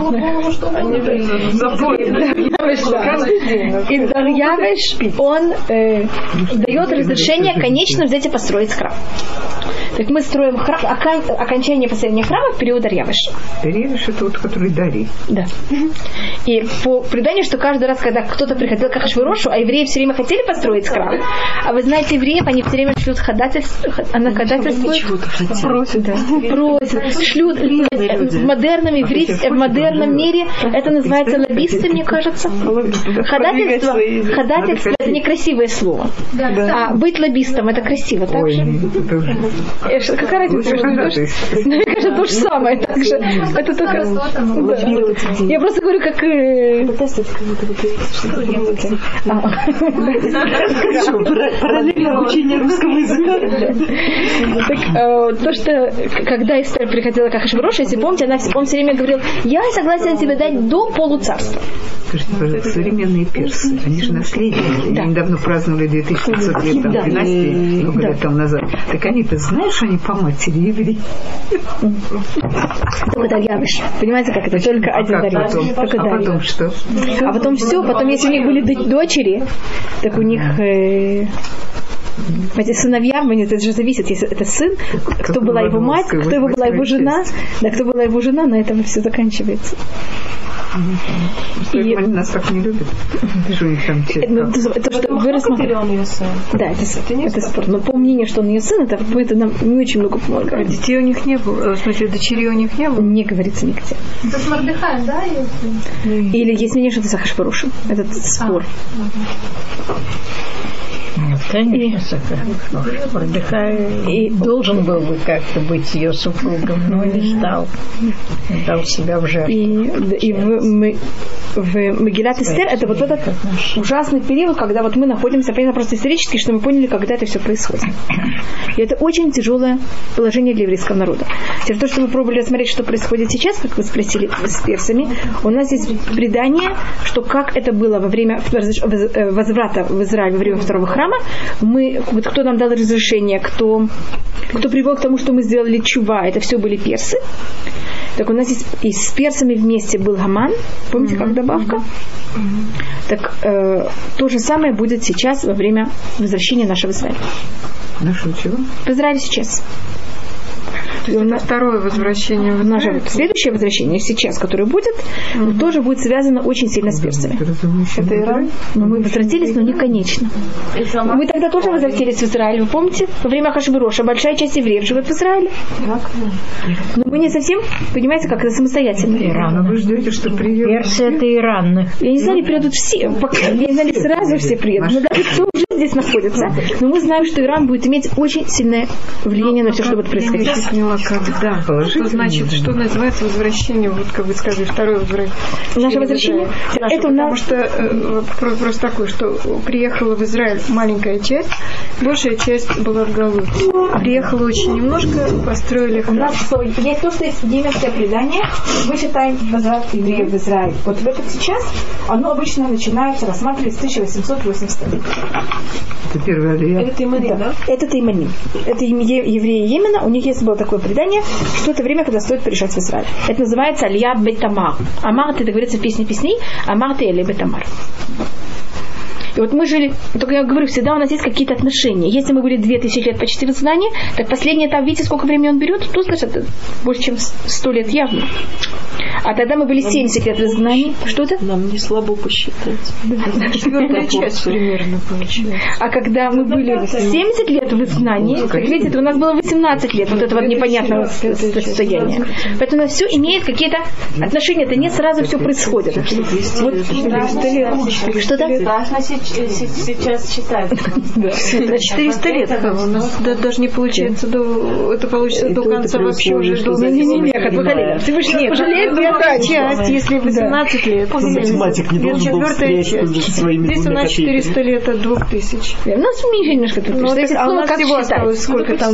И Дарьявиш, он дает разрешение, конечно, взять и построить храм. Так мы строим храм, окончание построения храма в период Дарьявиша. Дарьявиш — это вот, который Дарий. Да. И по преданию, что каждый раз, когда кто-то приходил к Ахашвирошу, а евреи все время хотели построить храм, а вы знаете, евреев, они все время шлют ходатайство, просят, шлют в модерном мире, это называется лоббисты, мне кажется. Ходатайство — это некрасивое слово. А быть лоббистом — это красиво, так же? Какая разница? Мне кажется, то же самое. Так же. Это только... Я просто говорю, как... Параллельно обучение русского языка. То, что когда Эстер приходила к Ахашвирошу, если помните, он все время говорил: я согласен тебе дать до полуцарства. Скажите, пожалуйста, современные персы, они же наследники. Они недавно праздновали 2500 лет там, династии, много лет тому назад. Так они-то знают, что они по матери евреи? Только Дарьявиш. Понимаете, как это? Только один Дарьявиш. А потом что? А потом все. Потом, если у них были дочери, так у них... Эти сыновья, это же зависит, если это сын, кто была его мать, кто была его жена, да, кто была его жена, на этом все заканчивается. Поэтому они нас так не любят. Что у них там это что вы рассмотрели. Он ее сын. Да, это спор. Но по мнению, что он ее сын, это нам не очень много помогает. Детей у них не было, в смысле, дочерей у них не было? Не говорится нигде. Это с Мордыхаем, да? Или есть мнение, что это с Ахашвирошем. Этот спор. Конечно, Мордыхай должен был бы как-то быть ее супругом, но не стал. Дал себя в жертву. И в Мегилат Эстер это вот этот ужасный период, когда вот мы находимся, понятно, просто исторически, что мы поняли, когда это все происходит. И это очень тяжелое положение для еврейского народа. Теперь то, что вы пробовали рассмотреть, что происходит сейчас, как вы спросили с персами, у нас есть предание, что как это было во время возврата в Израиль во время второго храма, вот кто нам дал разрешение, кто привел к тому, что мы сделали чува, это все были персы. Так у нас и с персами вместе был Гаман, помните, как добавка? Так то же самое будет сейчас во время возвращения нашего Израиля. Нашего чего? В Израиле сейчас. То есть это второе возвращение в Израиль. Следующее возвращение сейчас, которое будет, тоже будет связано очень сильно с персами. Это Иран? Но мы возвратились, но не конечно. Мы тогда тоже возвратились в Израиль, вы помните? Во время Ахашвироша большая часть евреев живет в Израиле. Но мы не совсем, понимаете, как это самостоятельно. Иран. Вы ждете, что приедут? Персы — это Иран. Я не знаю, приедут все. Я не знаю, сразу все приедут. Но даже кто уже здесь находится. Но мы знаем, что Иран будет иметь очень сильное влияние на все, что будет происходить. Когда? Что значит, что называется возвращение, вот как вы сказали, второе возвращение? Наше возвращение? Это потому что просто такое, что приехала в Израиль маленькая часть, большая часть была в Галуте. Приехала очень немножко, построили храм. У нас есть то, что есть еврейское предание. Мы считаем возврат евреев в Израиль. Вот в этот сейчас оно обычно начинается рассматривать с 1880 года. Это первый алия. Это Тейманим, да? Это Тейманим. Это евреи Йемена. У них есть было такое предание, что это время, когда стоит приезжать в Израиль. Это называется Алия Бет-Амар. Амар, это говорится в песне песней, Амар ты Алия Бет-Амар. И вот мы жили, только я говорю, всегда у нас есть какие-то отношения. Если мы были 2000 лет почти в изгнании, так последний этап, видите, сколько времени он берет? Тут, значит, это больше, чем 100 лет явно. А тогда мы были 70 лет в изгнании. Что это? Нам не слабо посчитать. Четвертая часть примерно получилась. А когда мы были 70 лет в изгнании, как видите, у нас было 18 лет вот этого непонятного состояния. Поэтому у нас все имеет какие-то отношения. Это не сразу все происходит. Вот 400 лет. Что-то? Сейчас считают. 400 лет. У нас даже не получается это получится до конца вообще уже до Не-не-не, как поколение. Всевышний пожалеет, часть, если 18 лет. Математик не должен был встретиться своими Здесь у нас 400 лет от 2000. У нас меньше немножко. А у нас всего осталось сколько там?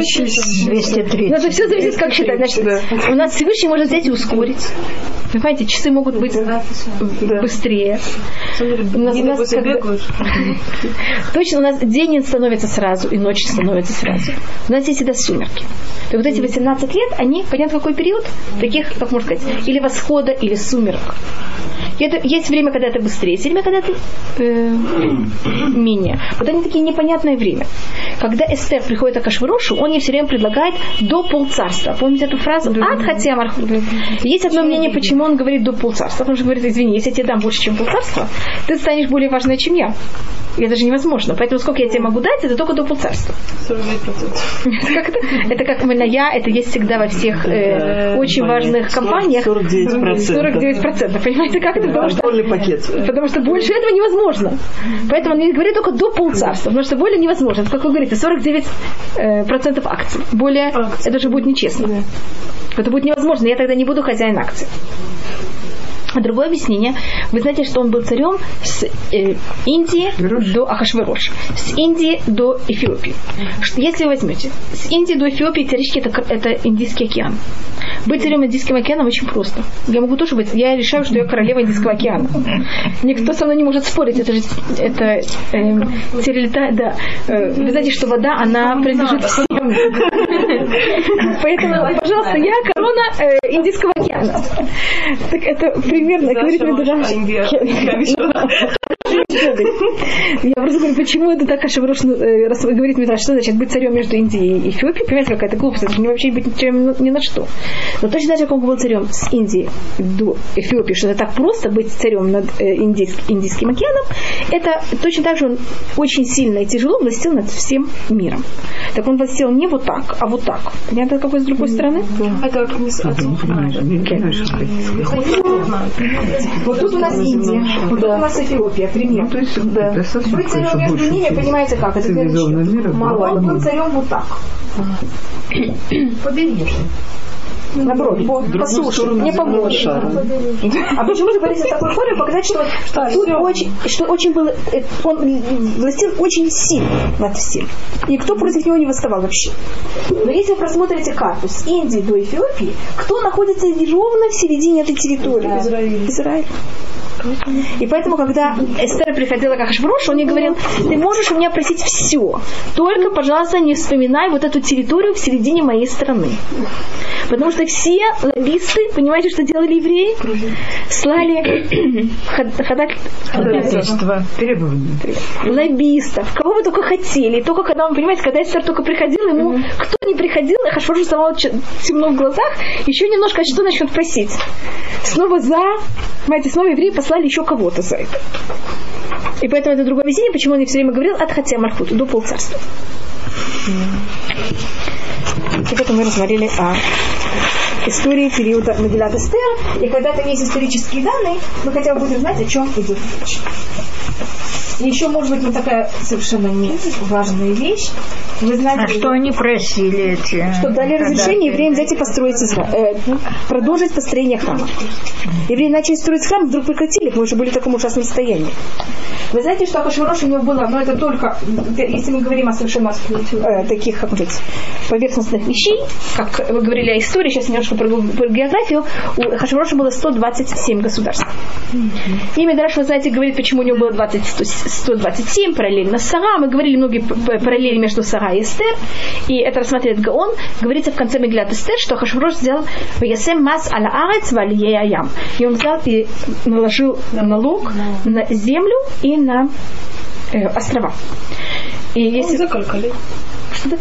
230. Но это все зависит, как считать. Значит, у нас Всевышний может взять и ускорить. Понимаете, часы могут быть быстрее. Точно, у нас день становится сразу, и ночь становится сразу. У нас есть всегда сумерки. И вот эти 18 лет, они, понятно, какой период? Таких, как можно сказать, или восхода, или сумерок. И это, есть время, когда это быстрее, есть время, когда это менее. Вот они такие непонятное время. Когда Эстер приходит к Ахашвирошу, он ей все время предлагает до полцарства. Помните эту фразу? Ад хотя мархут. Есть одно мнение, почему он говорит до полцарства. Потому что говорит, извини, если я тебе дам больше, чем полцарства, ты станешь более важной, чем я. И это же невозможно. Поэтому сколько я тебе могу дать, это только до полцарства. 49%. Это как Маная, это есть всегда во всех очень важных компаниях. 49%. Понимаете, как это? Потому что больше этого невозможно. Поэтому он говорит только до полцарства. Потому что более невозможно. Это, как вы говорите, 49% акций. Более, это же будет нечестно. Это будет невозможно. Я тогда не буду хозяин акций. А другое объяснение. Вы знаете, что он был царем с Индии до Ахашвироша, с Индии до Эфиопии. Если вы возьмете с Индии до Эфиопии, теоретически это Индийский океан. Быть царем Индийским океаном очень просто. Я могу тоже быть. Я решаю, что я королева Индийского океана. Никто со мной не может спорить. Это же да. Вы знаете, что вода, она принадлежит всем. Поэтому, пожалуйста, я корона Индийского океана. Так это примерно, говорит мне Я просто говорю, почему это так Ахашвирош говорит Мидраш, что значит быть царем между Индией и Эфиопией? Понимаете, какая-то глупость, это же не вообще быть ничем ни на что. Но точно так же, как он был царем с Индии до Эфиопии, что это так просто быть царем над Индийским океаном, это точно так же он очень сильно и тяжело властил над всем миром. Так он властил не вот так, а вот так. Понятно, какой с другой стороны? Это как не с отцом. Вот тут у нас Индия, вот тут у нас Эфиопия, пример. Быть царем между ними, понимаете как? Это мало. Он был царем вот так. Побережье. Наоборот, по суше, не по морю. А почему же говорится в такой форме? Показать, что очень было, он властил очень сильно над всем. Никто против него не восставал вообще. Но если вы просмотрите карту с Индии до Эфиопии, кто находится ровно в середине этой территории? Израиль. И поэтому, когда Эстер приходила к Ахашвирошу, он ей говорил: ты можешь у меня просить все, только, пожалуйста, не вспоминай вот эту территорию в середине моей страны. Потому что все лоббисты, понимаете, что делали евреи? Слали лоббистов, кого вы только хотели. И только когда, вы понимаете, когда Эстер только приходил, ему кто не приходил, Ахашвирошу стало темно в глазах, еще немножко, а что начнет просить? Снова понимаете, снова евреи послали еще кого-то за это. И поэтому это другое объяснение, почему он все время говорил от Хатия Мархут, до полцарства. И поэтому мы рассмотрели о истории периода Мегилат Эстер. И когда там есть исторические данные, мы хотя бы будем знать, о чем идет речь. И еще, может быть, вот такая совершенно не важная вещь. Вы знаете, что они просили эти? Что дали разрешение евреям взять и построить продолжить построение храма. Евреи начали строить храм, вдруг прекратили, мы уже были в таком ужасном состоянии. Вы знаете, что Ахашвирош у него было, но это только, если мы говорим о совершенно таких, как сказать, поверхностных вещей, как вы говорили о истории, сейчас немножко про географию, у Ахашвироша было 127 государств. И Мидраш, вы знаете, говорит, почему у него было 127, параллельно с Сара. Мы говорили многие параллели между Сара и Эстер, и это рассматривает Гаон. Говорится в конце Мегилат Эстер, что Ахашвирош сделал «Ваясем мас аля арец валье аям». И он взял и наложил налог на землю и на острова. И если... Сколько лет? Что-то?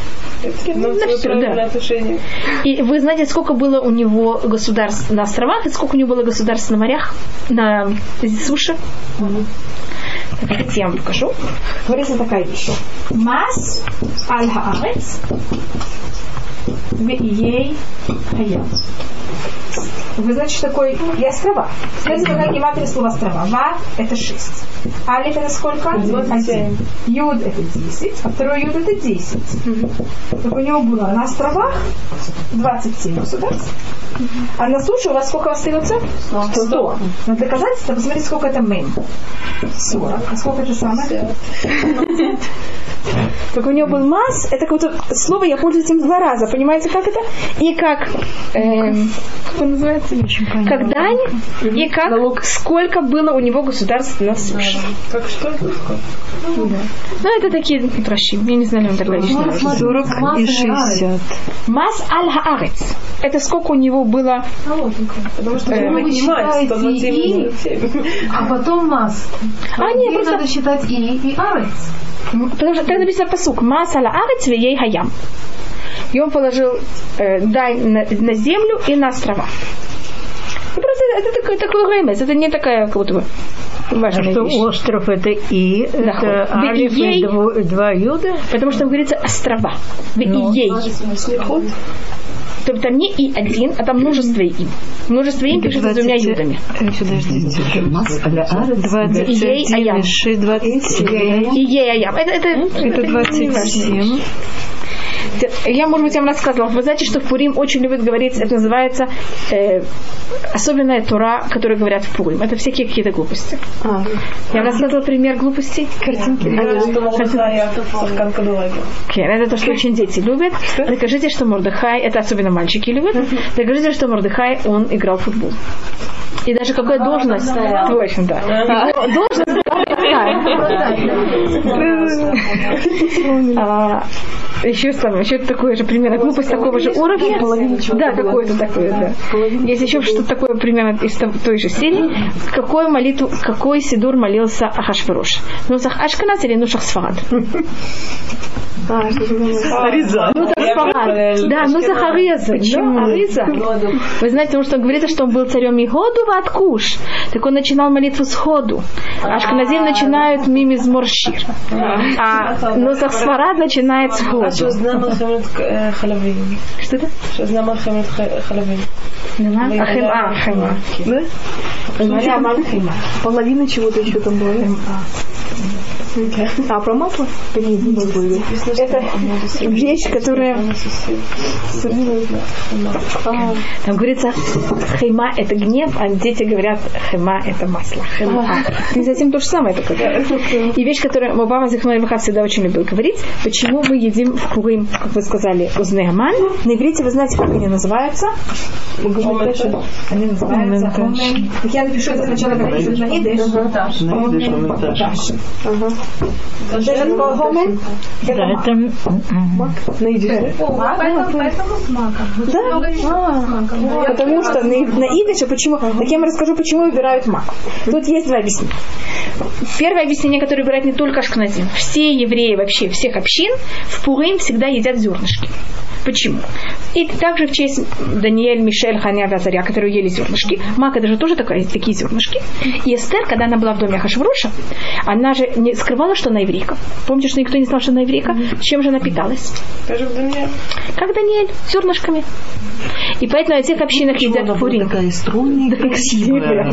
Да. И вы знаете, сколько было у него государств на островах и сколько у него было государств на морях, на суше? Давайте я вам покажу. Говорится такая вещь. Мас аль-хаарец веией хаям. Вы знаете, что такое и острова? Знаете, какая гематрия слова острова? Ва – это 6. Алиф – это сколько? 1. Юд – это 10, а второй юд – это 10. Так у него было на островах 27 государств, а на суше у вас сколько остается? 100. На доказательство посмотрите, сколько это мэм. 40. А сколько это самое? Так у него был масс, это какое-то слово, я пользуюсь им 2 раза. Понимаете, как это? И как как он называется? Как дань, и как налог. Сколько было у него государств на суше. Как что? Ну, это такие тращи. Я не знаю, он тогда лично. 40 и 60. Мас аль-хаарец. Это сколько у него было... Потому что вы считаете 127, а потом мас. Нет, просто... надо считать и арец. Потому что так написано пасук. Мас аль-хаарец веей хаям. И он положил дань на землю и на острова. И просто это такой ремес, это не такая как будто бы важная что вещь. Остров это и это алиф и 2 юда? Потому что там говорится острова. Ей. Там не и один, а там множество им. Множество им пишется с 2 юдами. Подождите. 21, 6, 27. И ей аям. Это 27. Я, может быть, вам рассказывала. Вы знаете, что в Пурим очень любят говорить, это называется особенная Тора, которую говорят в Пурим. Это всякие какие-то глупости. Я вам рассказывала пример глупостей. Картинки. Это то, что очень дети любят. Докажите, что Мордехай, это особенно мальчики любят, докажите, что Мордехай, он играл в футбол. И даже какая должность. Точно, да. Должность. еще такое же примерно глупость такого же уровня. Да, какое-то такое, да. Есть еще что-то такое примерно из той же серии. Какой сидур молился Ахашверош? Нусах Ашкеназ или Нусах Сфарад? Ариза. Да, Нусах Ариза. Ариза. Вы знаете, потому что говорится, что он был царем Иходу в Аткуш. Так он начинал молитву с Ходу. Ашкеназим начинают мимиз моршир. А Нусах Сфарад начинает с Ходу. Что это? Что знамал Хамед Халавин? Половина чего-то еще там было. А про масло? Это вещь, которая... Там говорится, хейма – это гнев, а дети говорят, хейма – это масло. Не совсем то же самое. И вещь, которую Мубама Зихной Ваха всегда очень любил говорить, почему мы едим в Пурим, как вы сказали, узней аман. На иврите вы знаете, как они называются? Они называются хомен. Я напишу это сначала, как пишут на идиш. Это хомен? Да, это на идиш. Поэтому с маком. Да? Потому что на идише, почему? Так я вам расскажу, почему выбирают мак. Тут есть два объяснения. Первое объяснение, которое выбирают не только ашкеназим. Все евреи вообще, всех общин в Пурим всегда едят зернышки. Почему? И также в честь Даниэль, Мишель, Ханя, Вазаря, которые ели зернышки. Мак это же тоже такие зернышки. И Эстер, когда она была в доме Ахашвероша, она же не скрывала, что она еврейка. Помните, что никто не знал, что она еврейка? Чем же она питалась? Как Даниэль, зернышками. И поэтому на всех общинах едят в Пурим. Такая стройная, красивая.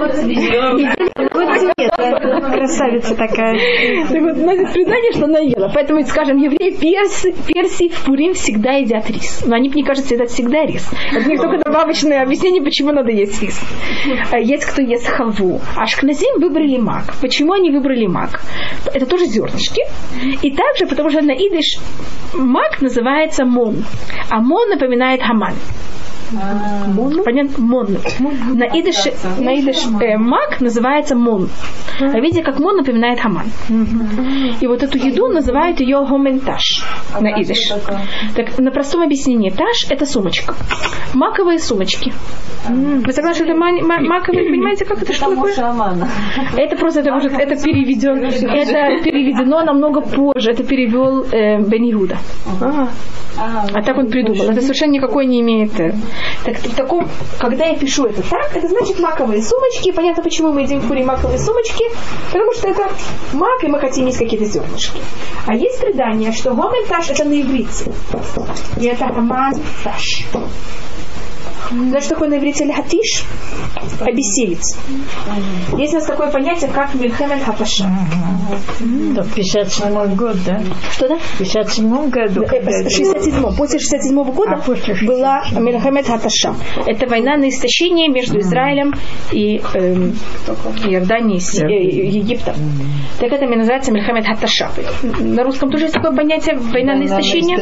Красавица такая. Так вот, у нас есть предание, что она ела. Поэтому, скажем, евреи Персии в Пурим всегда едят рис. Но они, мне кажется, едят всегда рис. Это не только добавочное объяснение, почему надо есть рис. Есть кто ест халву. Ашкеназим выбрали мак. Почему они выбрали мак? Это тоже зернышки. И также, потому что на идиш мак называется мон. А мон напоминает хаман. Понятно? Мон. На идиш мак называется мон. А видите, как мон напоминает хаман. И вот эту еду называют ее гоменташ на идиш. Так, на простом объяснении, таш это сумочка. Маковые сумочки. Вы согласны, что это маковые, понимаете, как это, что такое? Это просто, это переведено намного позже. Это перевел Бен Иуда. А так он придумал. Это совершенно никакой не имеет. Так в таком, когда я пишу это так, это значит маковые сумочки. Понятно, почему мы едим в Пурим маковые сумочки, потому что это мак, и мы хотим есть какие-то зернышки. А есть предание, что гоменташ это на иврите. И это хаман-таш. Знаешь, что такое на иврите льхатиш? Обессилить. Есть у нас такое понятие, как мильхемет хаташа. Да, в 57-й год, да? Что да? В 57-м году. 67-м. После 67-го года была мильхемет хаташа. Это война на истощение между Израилем и Иорданией, Египтом. Так это называется мильхемет хаташа. На русском тоже есть такое понятие война на истощение.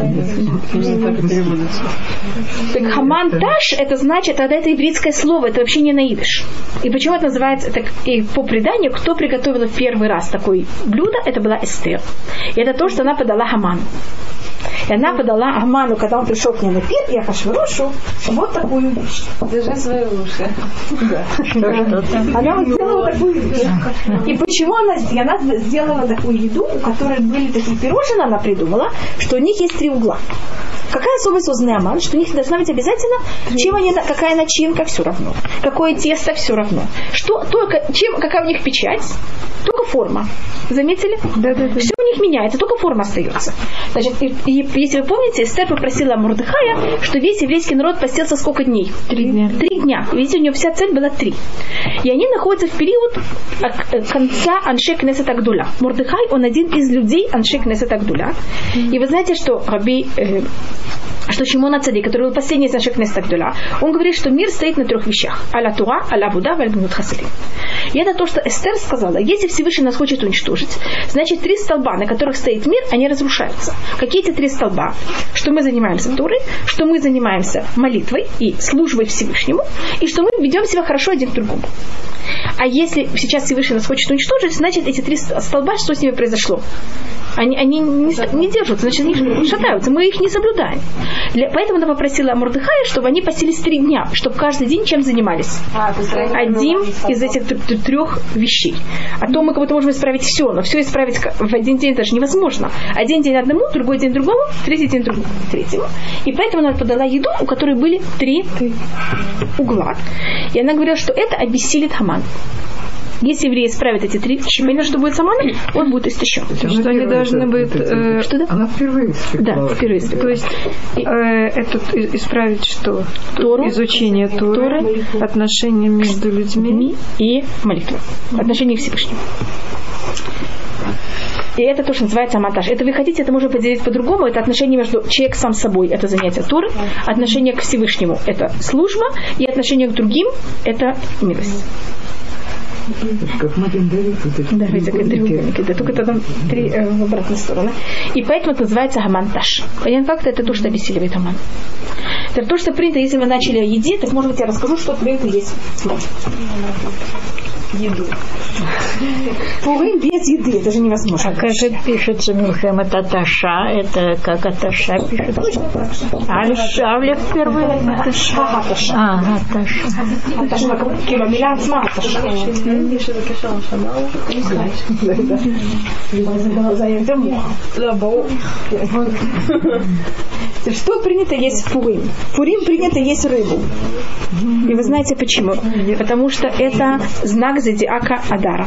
Так хаман таш, это значит, тогда это еврейское слово, это вообще не наидиш. И почему это называется, так, и по преданию, кто приготовила в первый раз такое блюдо, это была Эстер. И это то, что она подала Хаману. И она подала Аману, когда он пришел к ней на пир, и Ахашверошу, вот такую вещь. Держи свои уши. Да. Она сделала такую вещь. И почему она сделала такую еду, у которой были такие пирожные, она придумала, что у них есть 3 угла. Какая особенность у знаман, что у них должна быть обязательно, чем они, какая начинка, все равно. Какое тесто, все равно. Что, только, какая у них печать, только форма. Заметили? Да. Все у них меняется, только форма остается. Значит, и если вы помните, Эстер попросила Мордехая, что весь еврейский народ постился сколько дней? 3 дня. 3 дня. И видите, у него вся цель была 3. И они находятся в период конца Аншей Кнесет Агдуля. Мордехай, он один из людей Аншей Кнесет Агдуля. И вы знаете, что что Шимон ха-Цадик, который был последний из наших Кнесет Агдуля, он говорит, что мир стоит на 3 вещах. Аля Тура, аля Авуда, аля Гмилут Хасидим. И это то, что Эстер сказала. Если Всевышний нас хочет уничтожить, значит 3 столба, на которых стоит мир, они разрушаются. Какие эти 3 столба? Что мы занимаемся Торой, что мы занимаемся молитвой и службой Всевышнему, и что мы ведем себя хорошо один к другому. А если сейчас Всевышний нас хочет уничтожить, значит эти 3 столба, что с ними произошло? Они не держатся, значит, они шатаются, мы их не соблюдаем. Поэтому она попросила Мордехая, чтобы они постились 3 дня, чтобы каждый день чем занимались. Один из этих 3 вещей. А то мы как будто можем исправить все, но все исправить в один день даже невозможно. Один день одному, другой день другому, третий день другому, третьему. И поэтому она подала еду, у которой были 3 угла. И она говорила, что это обессилит Хаман. Если евреи исправят эти 3 вещи, понятно, что будет Хаман, он будет истощен. Что они должны быть... Что да? Она впервые испекла. Да, впервые испекла. То есть исправить что? Тору, изучение Торы, отношения между людьми и молитва. Отношения к Всевышнему. И это то, что называется амантаж. Это вы хотите, это можно поделить по-другому. Это отношение между человеком сам собой, это занятие Торы, отношение к Всевышнему, это служба, и отношение к другим, это милость. Как Маген Давид. Да, видите, как треугольники. Да, только это там 3 в обратную сторону. И поэтому это называется амантаж. Понятно, как-то это то, что обессиливает Аман. Это то, что принято, если мы начали о еде, так, может быть, я расскажу, что принято есть. Еду. Пурим без еды, это же невозможно. А как же пишется Милхемет Аташа? Это как Аташа пишется? Алиф впервые? Аташа. Аташа. Аташа, киломиля отсма Аташа. Что принято есть в Пурим? В Пурим принято есть рыбу. И вы знаете почему? Потому что это знак зодиака Адара.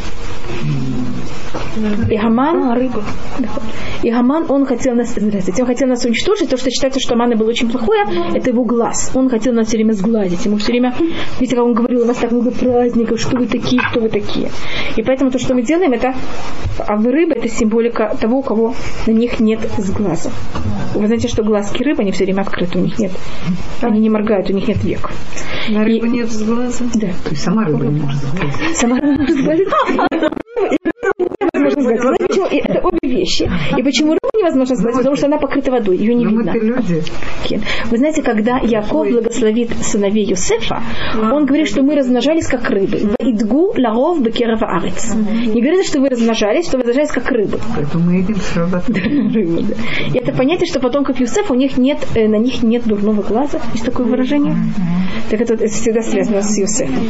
И Хаман, и Хаман, он хотел нас уничтожить. То, что считается, что Аман был очень плохое, это его глаз. Он хотел нас все время сглазить. Ему все время, видите, как он говорил, у вас так много праздников, что вы такие, кто вы такие. И поэтому то, что мы делаем, это рыба, это символика того, у кого на них нет сглаза. Вы знаете, что глазки рыбы, они все время открыты, у них нет, они не моргают, у них нет век. На рыбу нет сглаза? Да. То есть сама рыба не может сглазить. Сама рыба не может сглазить. Это обе вещи. И почему рыбу невозможно сглазить? Потому что она покрыта водой, ее не видно. Люди. Вы знаете, когда Яков благословит сыновей Йосефа, он говорит, что мы размножались как рыбы. Ваидгу ларов бекерев аарец. Не говорится, что вы размножались, что вы размножались как рыбы. Поэтому мы едим сразу рыбу. Да. И это понятие, что потомков Йосефа, на них нет дурного глаза. Есть такое выражение? Так это всегда связано с Йосефом.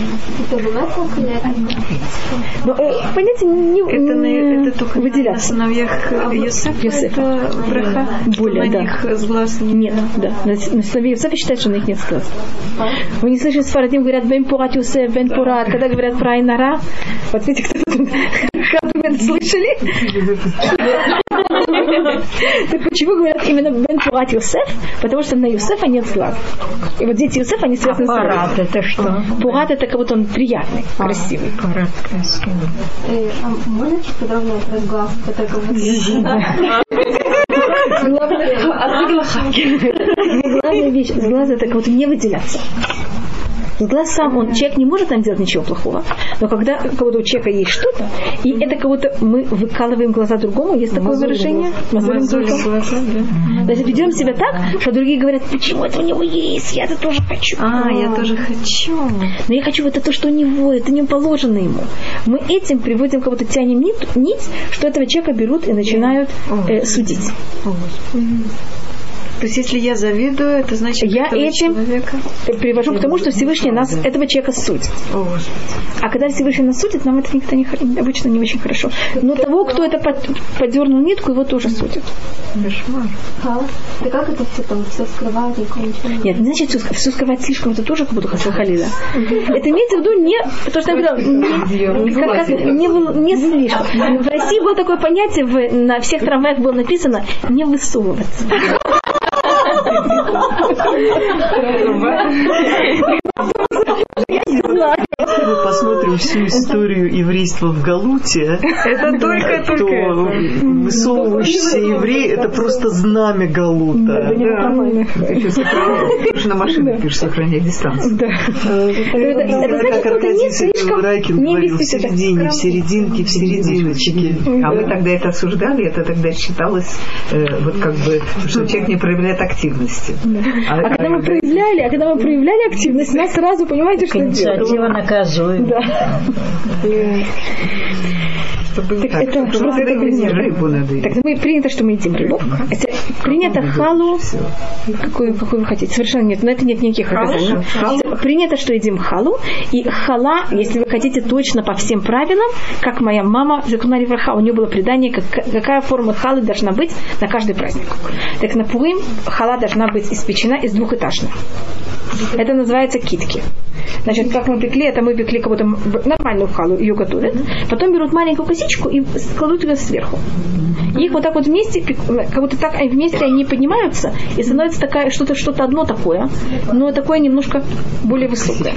Но понятие не это только выделяться. На сыновьях Йосефа. Это браха, более, на них с глаз нет. Да. На сыновей Йосефа считают, что на них нет глаз. Вы не слышали, сфарадим говорят бен порат Йосеф, бен порат, когда говорят про Айнара. Вот видите, кто тут слышали? Так почему говорят именно бен порат Йосеф? Потому что на Йосефа нет глаз. И вот дети Йосефа, они связаны с собой. Порат это что? Порат это как будто он приятный, красивый. Порат красивый. А можно чуть подробнее про глаз? Это как будто... Главная вещь, глаз это как будто не выделяться. Глаз сам, человек не может нам делать ничего плохого, но когда у человека есть что-то, и это как будто мы выкалываем глаза другому, есть такое выражение? Мозолим глаза, да. Значит, ведем себя так, что другие говорят, почему это у него есть, я это тоже хочу. Я тоже хочу. Но я хочу вот это, что у него, это не положено ему. Мы этим приводим, как будто тянем нить, что этого человека берут и начинают судить. То есть, если я завидую, это значит, я этим привожу к тому, что Всевышний нас, этого человека судит. А когда Всевышний нас судит, нам это никто обычно не очень хорошо. Но того, кто это подернул нитку, его тоже судят. Кошмар. Да как это все скрывать? Нет, не значит, все скрывать слишком, это тоже как будто халида. Это имеется в виду не, то, что я говорила, не слишком. В России было такое понятие, на всех трамваях было написано не высовываться. Если мы посмотрим всю историю еврейства в Галуте, это то высовывающийся еврей – это просто знамя Галута. На машине пишешь, сохранять дистанцию. Это как родитель Райкин говорил, в серединке, в серединочке. А мы тогда это осуждали, это тогда считалось, что человек не проявляет активности. А когда мы проявляли активность, нас сразу, понимаете, что инициатива наказуема. Да. Это просто рыбу надо есть. Так мы принято, что мы едим рыбу. Принято халу. Какую вы хотите? Совершенно нет. Но это нет никаких указаний. Принято, что едим халу. И хала, если вы хотите точно по всем правилам, как моя мама, Закунали Враха, у нее было предание, какая форма халы должна быть на каждый праздник. Так на Пурим хала должна быть испечена из двухэтажных. Это называется китки. Значит, как мы пекли, это мы пекли какую-то нормальную халу, ее готовят. Потом берут маленькую косичку и кладут ее сверху. Их вот так вот вместе, как будто так вместе они поднимаются, и становится такая, что-то одно такое, но такое немножко более высокое.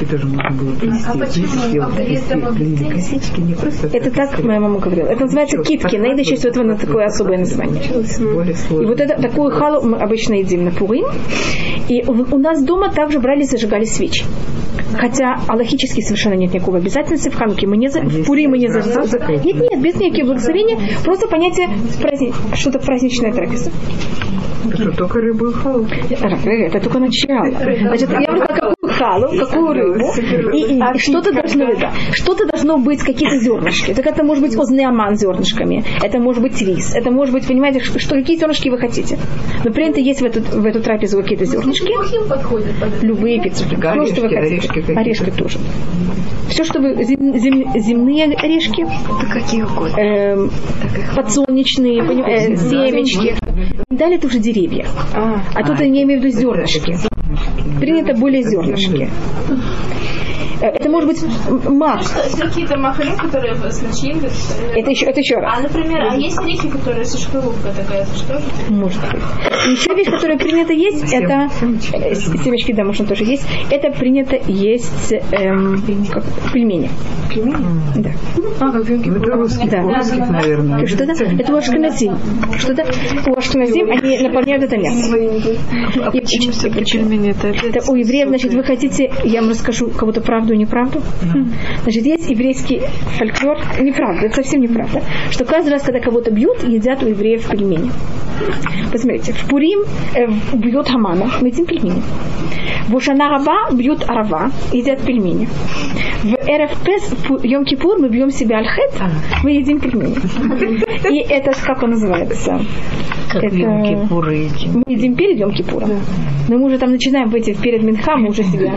Это так моя мама говорила. Это называется китки. На идыше есть вот это такое особое название. И вот это, такую халу мы обычно едим на Пурим. И у нас дома также брали и зажигали свечи. Хотя аллахически совершенно нет никакого обязательности в Хануке. В Пурим мы не зажигаем. Нет, без никаких благословений. Просто понятие что-то праздничное трапеза. Это только рыбу и халу. Это только начало. Значит, я говорю, какую халу, какую рыбу, и что-то должно быть. Что-то должно быть, какие-то зернышки. Так это может быть ознеаман с зернышками, это может быть рис, это может быть, понимаете, что какие зернышки вы хотите. Но принято есть в эту трапезу какие-то зернышки. Любые пиццухи. Все, что вы хотите. Орешки тоже. Все, что вы... Земные орешки. Это какие угодно. Подсолнечные, семечки. Далее это уже деревья. А тут я имею в виду зернышки. Принято более зернышки. Это может быть мак. Какие-то махали, которые с начинкой. Это еще раз. Например, есть орехи, которые со шкарлупкой такая, это что же? Может быть. Еще вещь, которая принято есть, это семечки, да, можно тоже есть. Это принято есть пельмени. Пельмени? Да. Как это русских, наверное. Что-то? Это у ашкеназим. Что-то у ашкеназим они наполняют это мясо. А почему все-таки пельмени? Это у евреев, значит, вы хотите, я вам расскажу кого-то правду и неправду? Значит, есть еврейский фольклор, неправда, это совсем неправда, что каждый раз, когда кого-то бьют, едят у евреев пельмени. Посмотрите, в Пурим бьют Хамана, мы едим пельмени. В Ошана Раба бьют Арава, едят пельмени. В РФПС, Йом-Кипур, мы бьем себя аль-хет, мы едим пельмени. И это, как он называется? Как это... Йом-Кипур едим. Мы едим перед Йом-Кипуром. Да. Но мы уже там начинаем выйти перед Минха, мы уже себя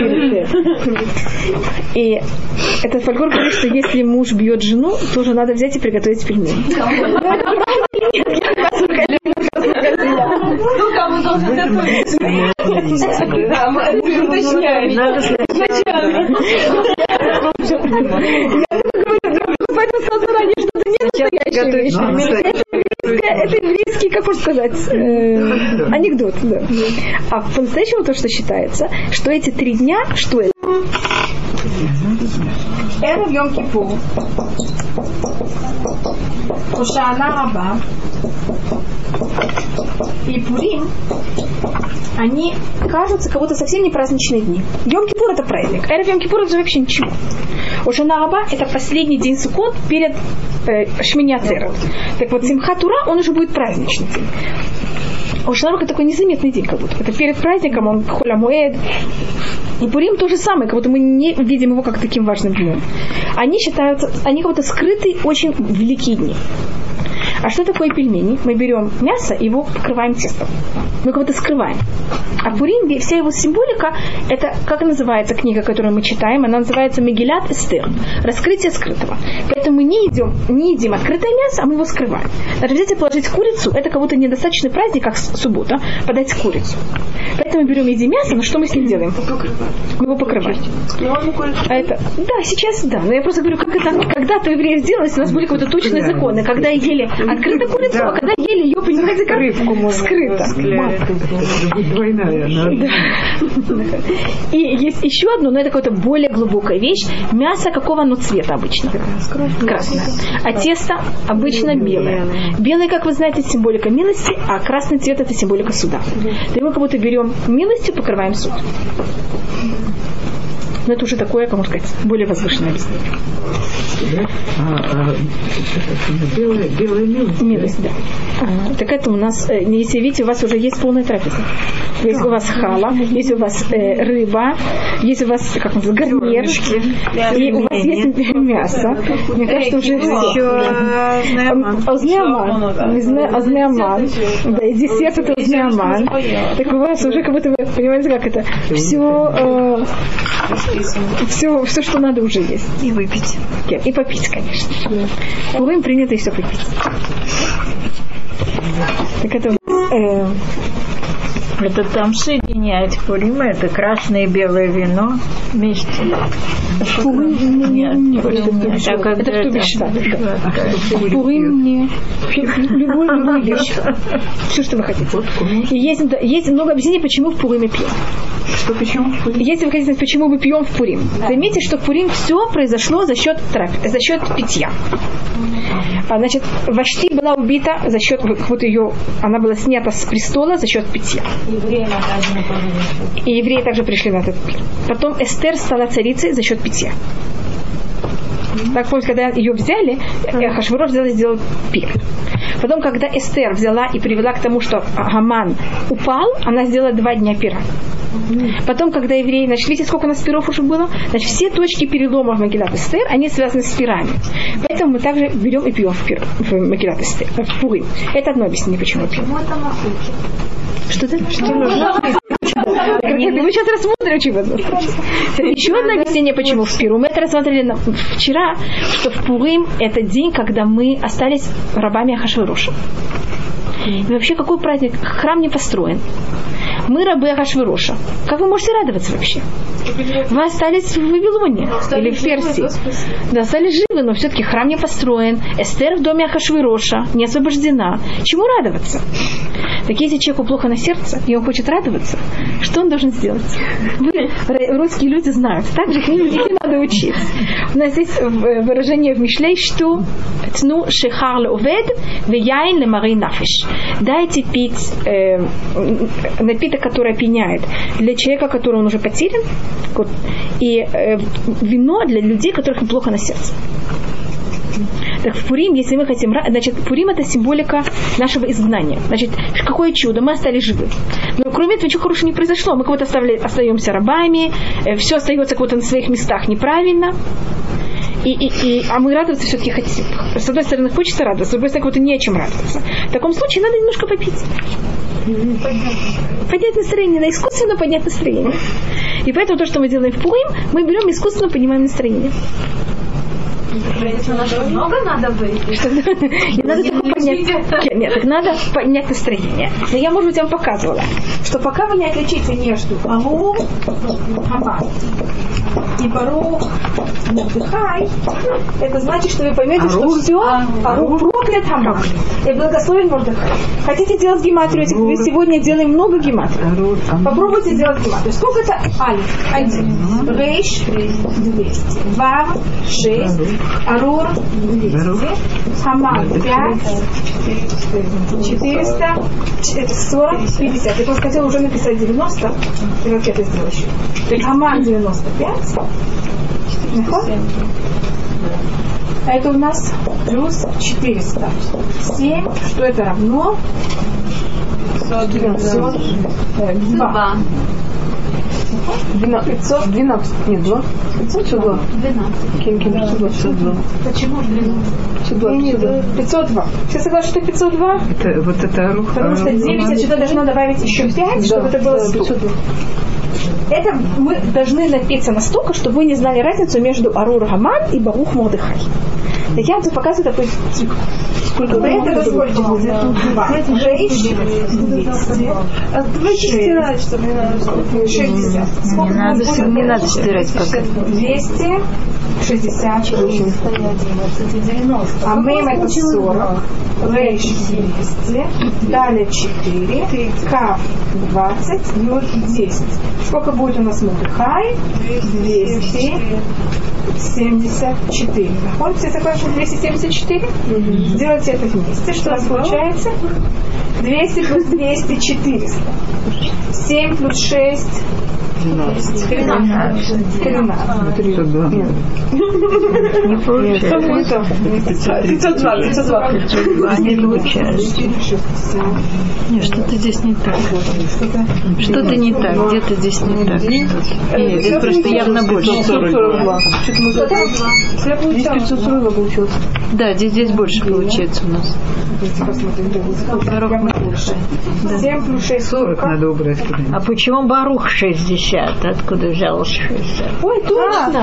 И этот фольклор говорит, что если муж бьет жену, то уже надо взять и приготовить пельмени. Ну, кому должен готовить? Поэтому сказал заранее, что это не настоящая вещь. Это еврейский, как можно сказать, анекдот. Да. А по-настоящему то, что считается, что эти 3 дня, что это? Это в Йом-Кипур. Ошана Раба и Пурим, они кажутся как будто совсем не праздничные дни. Йом-Кипур это праздник, а Йом-Кипур это вообще ничего. Ошана Раба это последний день Суккот перед Шмини Ацерет. Так вот, Симхат Тура, он уже будет праздничный день. Ошана Раба такой незаметный день, как будто. Это перед праздником, он Холь ха-Моэд. И Пурим то же самое, как будто мы не видим его как таким важным днем. Они считаются, они как будто скрытые, очень великие дни. А что такое пельмени? Мы берем мясо и его покрываем тестом. Мы как будто скрываем. А Пурим, вся его символика, это, как называется книга, которую мы читаем, она называется Мегилат Эстер. Раскрытие скрытого. Поэтому мы не едим открытое мясо, а мы его скрываем. Даже взять и положить курицу, это как будто недостаточный праздник, как суббота, подать курицу. Поэтому мы берем и едим мясо, но что мы с ним делаем? Мы его покрываем. А это, да, сейчас да. Но я просто говорю, как это когда-то у евреев сделалось, у нас были какие-то точные законы. Когда ели открыто курицу, а когда ели ее, понимаете, как скрыто. Двойная. И есть еще одно, но это какая-то более глубокая вещь. Мясо какого оно цвета обычно? Красное. А тесто обычно белое. Белое, как вы знаете, символика милости, а красный цвет это символика суда. То есть мы как будто берем милостью, покрываем суд. Но это уже такое, как можно сказать, более возвышенное объяснение. Белая милость. Милость, да. Так это у нас, если видите, у вас уже есть полная трапеза. Если у вас хала, если у вас рыба, если у вас, как называется, гарнир, и у вас есть мясо. Мне кажется, уже ознеаман. Да, и десерт это ознеаман. Так у вас уже как будто вы понимаете, как это все, что надо уже есть. И выпить. И попить, конечно. Пурим принято и все попить. Так это это там соединяет Пурим, это красное и белое вино вместе. Нет. Это что Бишват. Пурим не любую вещь. Все, что вы хотите. И есть много объяснений, почему в Пуриме пьем. Что почему? Если вы хотите знать, почему мы пьем в Пурим, заметьте, что в Пурим все произошло за счет питья. Значит, Вашти была убита за счет, вот ее, она была снята с престола за счет питья. И евреи также пришли на этот пир. Потом Эстер стала царицей за счет питья. Так, помните, когда ее взяли, Ахашвирош сделал пир. Потом, когда Эстер взяла и привела к тому, что Гаман упал, она сделала 2 дня пира. Потом, когда евреи начали, видите, сколько у нас пиров уже было? Значит, все точки перелома в Мегилат Эстер, они связаны с пирами. Поэтому мы также берем и пьем в Мегилат Эстер, в Пурим. Это одно объяснение, почему пьем. Что это? Что нужно? Мы сейчас рассмотрим, очень важно. Еще одно объяснение, почему в Пурим. Мы это рассмотрели вчера, что в Пурим это день, когда мы остались рабами Ахашвироша. И вообще, какой праздник? Храм не построен. Мы рабы Ахашвироша. Как вы можете радоваться вообще? Вы остались в Вавилоне или в Персии. Да, остались живы, но все-таки храм не построен. Эстер в доме Ахашвироша не освобождена. Чему радоваться? Так если человеку плохо на сердце, и он хочет радоваться, что он должен сделать? Русские люди знают. Так же их надо учить. У нас есть выражение в Мишлей, что «Тну шехар леовед, веяин лемарей нафиш». Дайте пить напиток, который опьяняет, для человека, который он уже потерян, и вино для людей, которых плохо на сердце. Так в Пурим, если мы хотим... Значит, Пурим это символика нашего изгнания. Значит, какое чудо, мы остались живы. Но кроме этого ничего хорошего не произошло. Мы как-то остаемся рабами, все остается как-то на своих местах неправильно. А мы радоваться все-таки хотим. С одной стороны, хочется радоваться, с другой стороны, как-то не о чем радоваться. В таком случае надо немножко попить. Поднять настроение, искусственно поднять настроение. И поэтому то, что мы делаем в Пурим, мы берем искусственно поднимаем настроение. Много надо выпить. Не надо только поднять. Нет, так надо поднять настроение. Но я, может быть, вам показывала, что пока вы не отличите между Барух, Хаман и Барух, Мордехай, это значит, что вы поймете, что все Барух проклят Хаман и благословен Мордехай. Хотите делать гематрию? Мы сегодня делаем много гематрий. Попробуйте делать гематрию. Сколько это? Алиф 1, Рейш 200, Вав 6, Арур 200, Хаман 5, 400, 40, 50. Я просто хотела уже написать 90, и как я это сделала еще. То есть Хаман 95. А это у нас плюс 400. 7, что это равно? 502. 512. Нет, 2. 502. 502. Почему 12? 502. Все согласны, что 502? Это, вот это Арух. Потому что 9 сюда должно добавить еще 5, чтобы это было 100. Это мы должны напиться настолько, чтобы вы не знали разницу между Арур Гаман и Барух Мордехай. Так я вам показываю такой цикл. Сколько вы это сколько будет? 6, 200. Давайте стирать, чтобы не надо. 60. Не надо стирать пока. 200, 60, 90. А мем это 40. Рейш 200. Далее 4. Кав 20. Юд 10. Сколько будет у нас Мордехай? 274. Находится такое, что 274? Сделайте это вместе. Что у нас получается? 200 плюс 200, 400. 7 плюс 6, 13. Не получается. 502. Не получается. Нет, что-то здесь не так. Что-то не так. Где-то здесь не так. Нет, здесь просто явно больше. 542. Здесь 542 получилось. Да, здесь больше получается у нас. 7 плюс 6. 40 надо убрать. А почему Барух 60? Откуда взял 60? Ой, точно!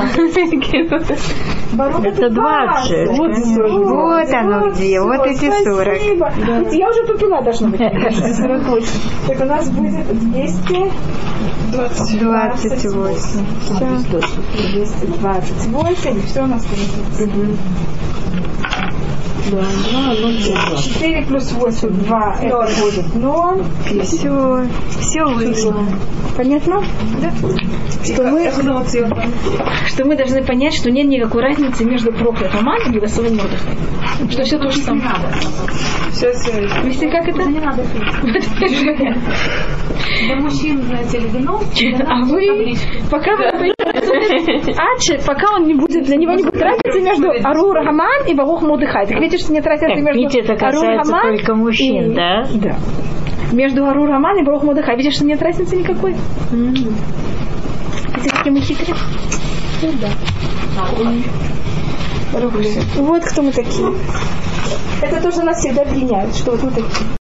Это 20. Вот оно где, вот эти 40. Я уже попила, должно быть. 48. Так у нас будет 228. 228. Все у нас будет. 4 плюс 8, 2, это будет 0. Все вышло. Понятно? Да. Что мы должны понять, что нет никакой разницы между проклятым Аманом и Васовым Мордыхаем. Что все то же самое. Видите, как это? Не надо. Для мужчин, знаете ли, вино. А вы, пока вы пока он не будет, для него не будет разницы между Арур Хаман и Барух Мордыхай. Так видите, что нет разницы между это касается только мужчин, да? Да. Между Арур Хаман и Барух Мордыхай. Видите, что нет разницы никакой? Видите, какие мы хитрые? Да. Вот кто мы такие. Это тоже нас всегда обвиняют, что вот мы такие.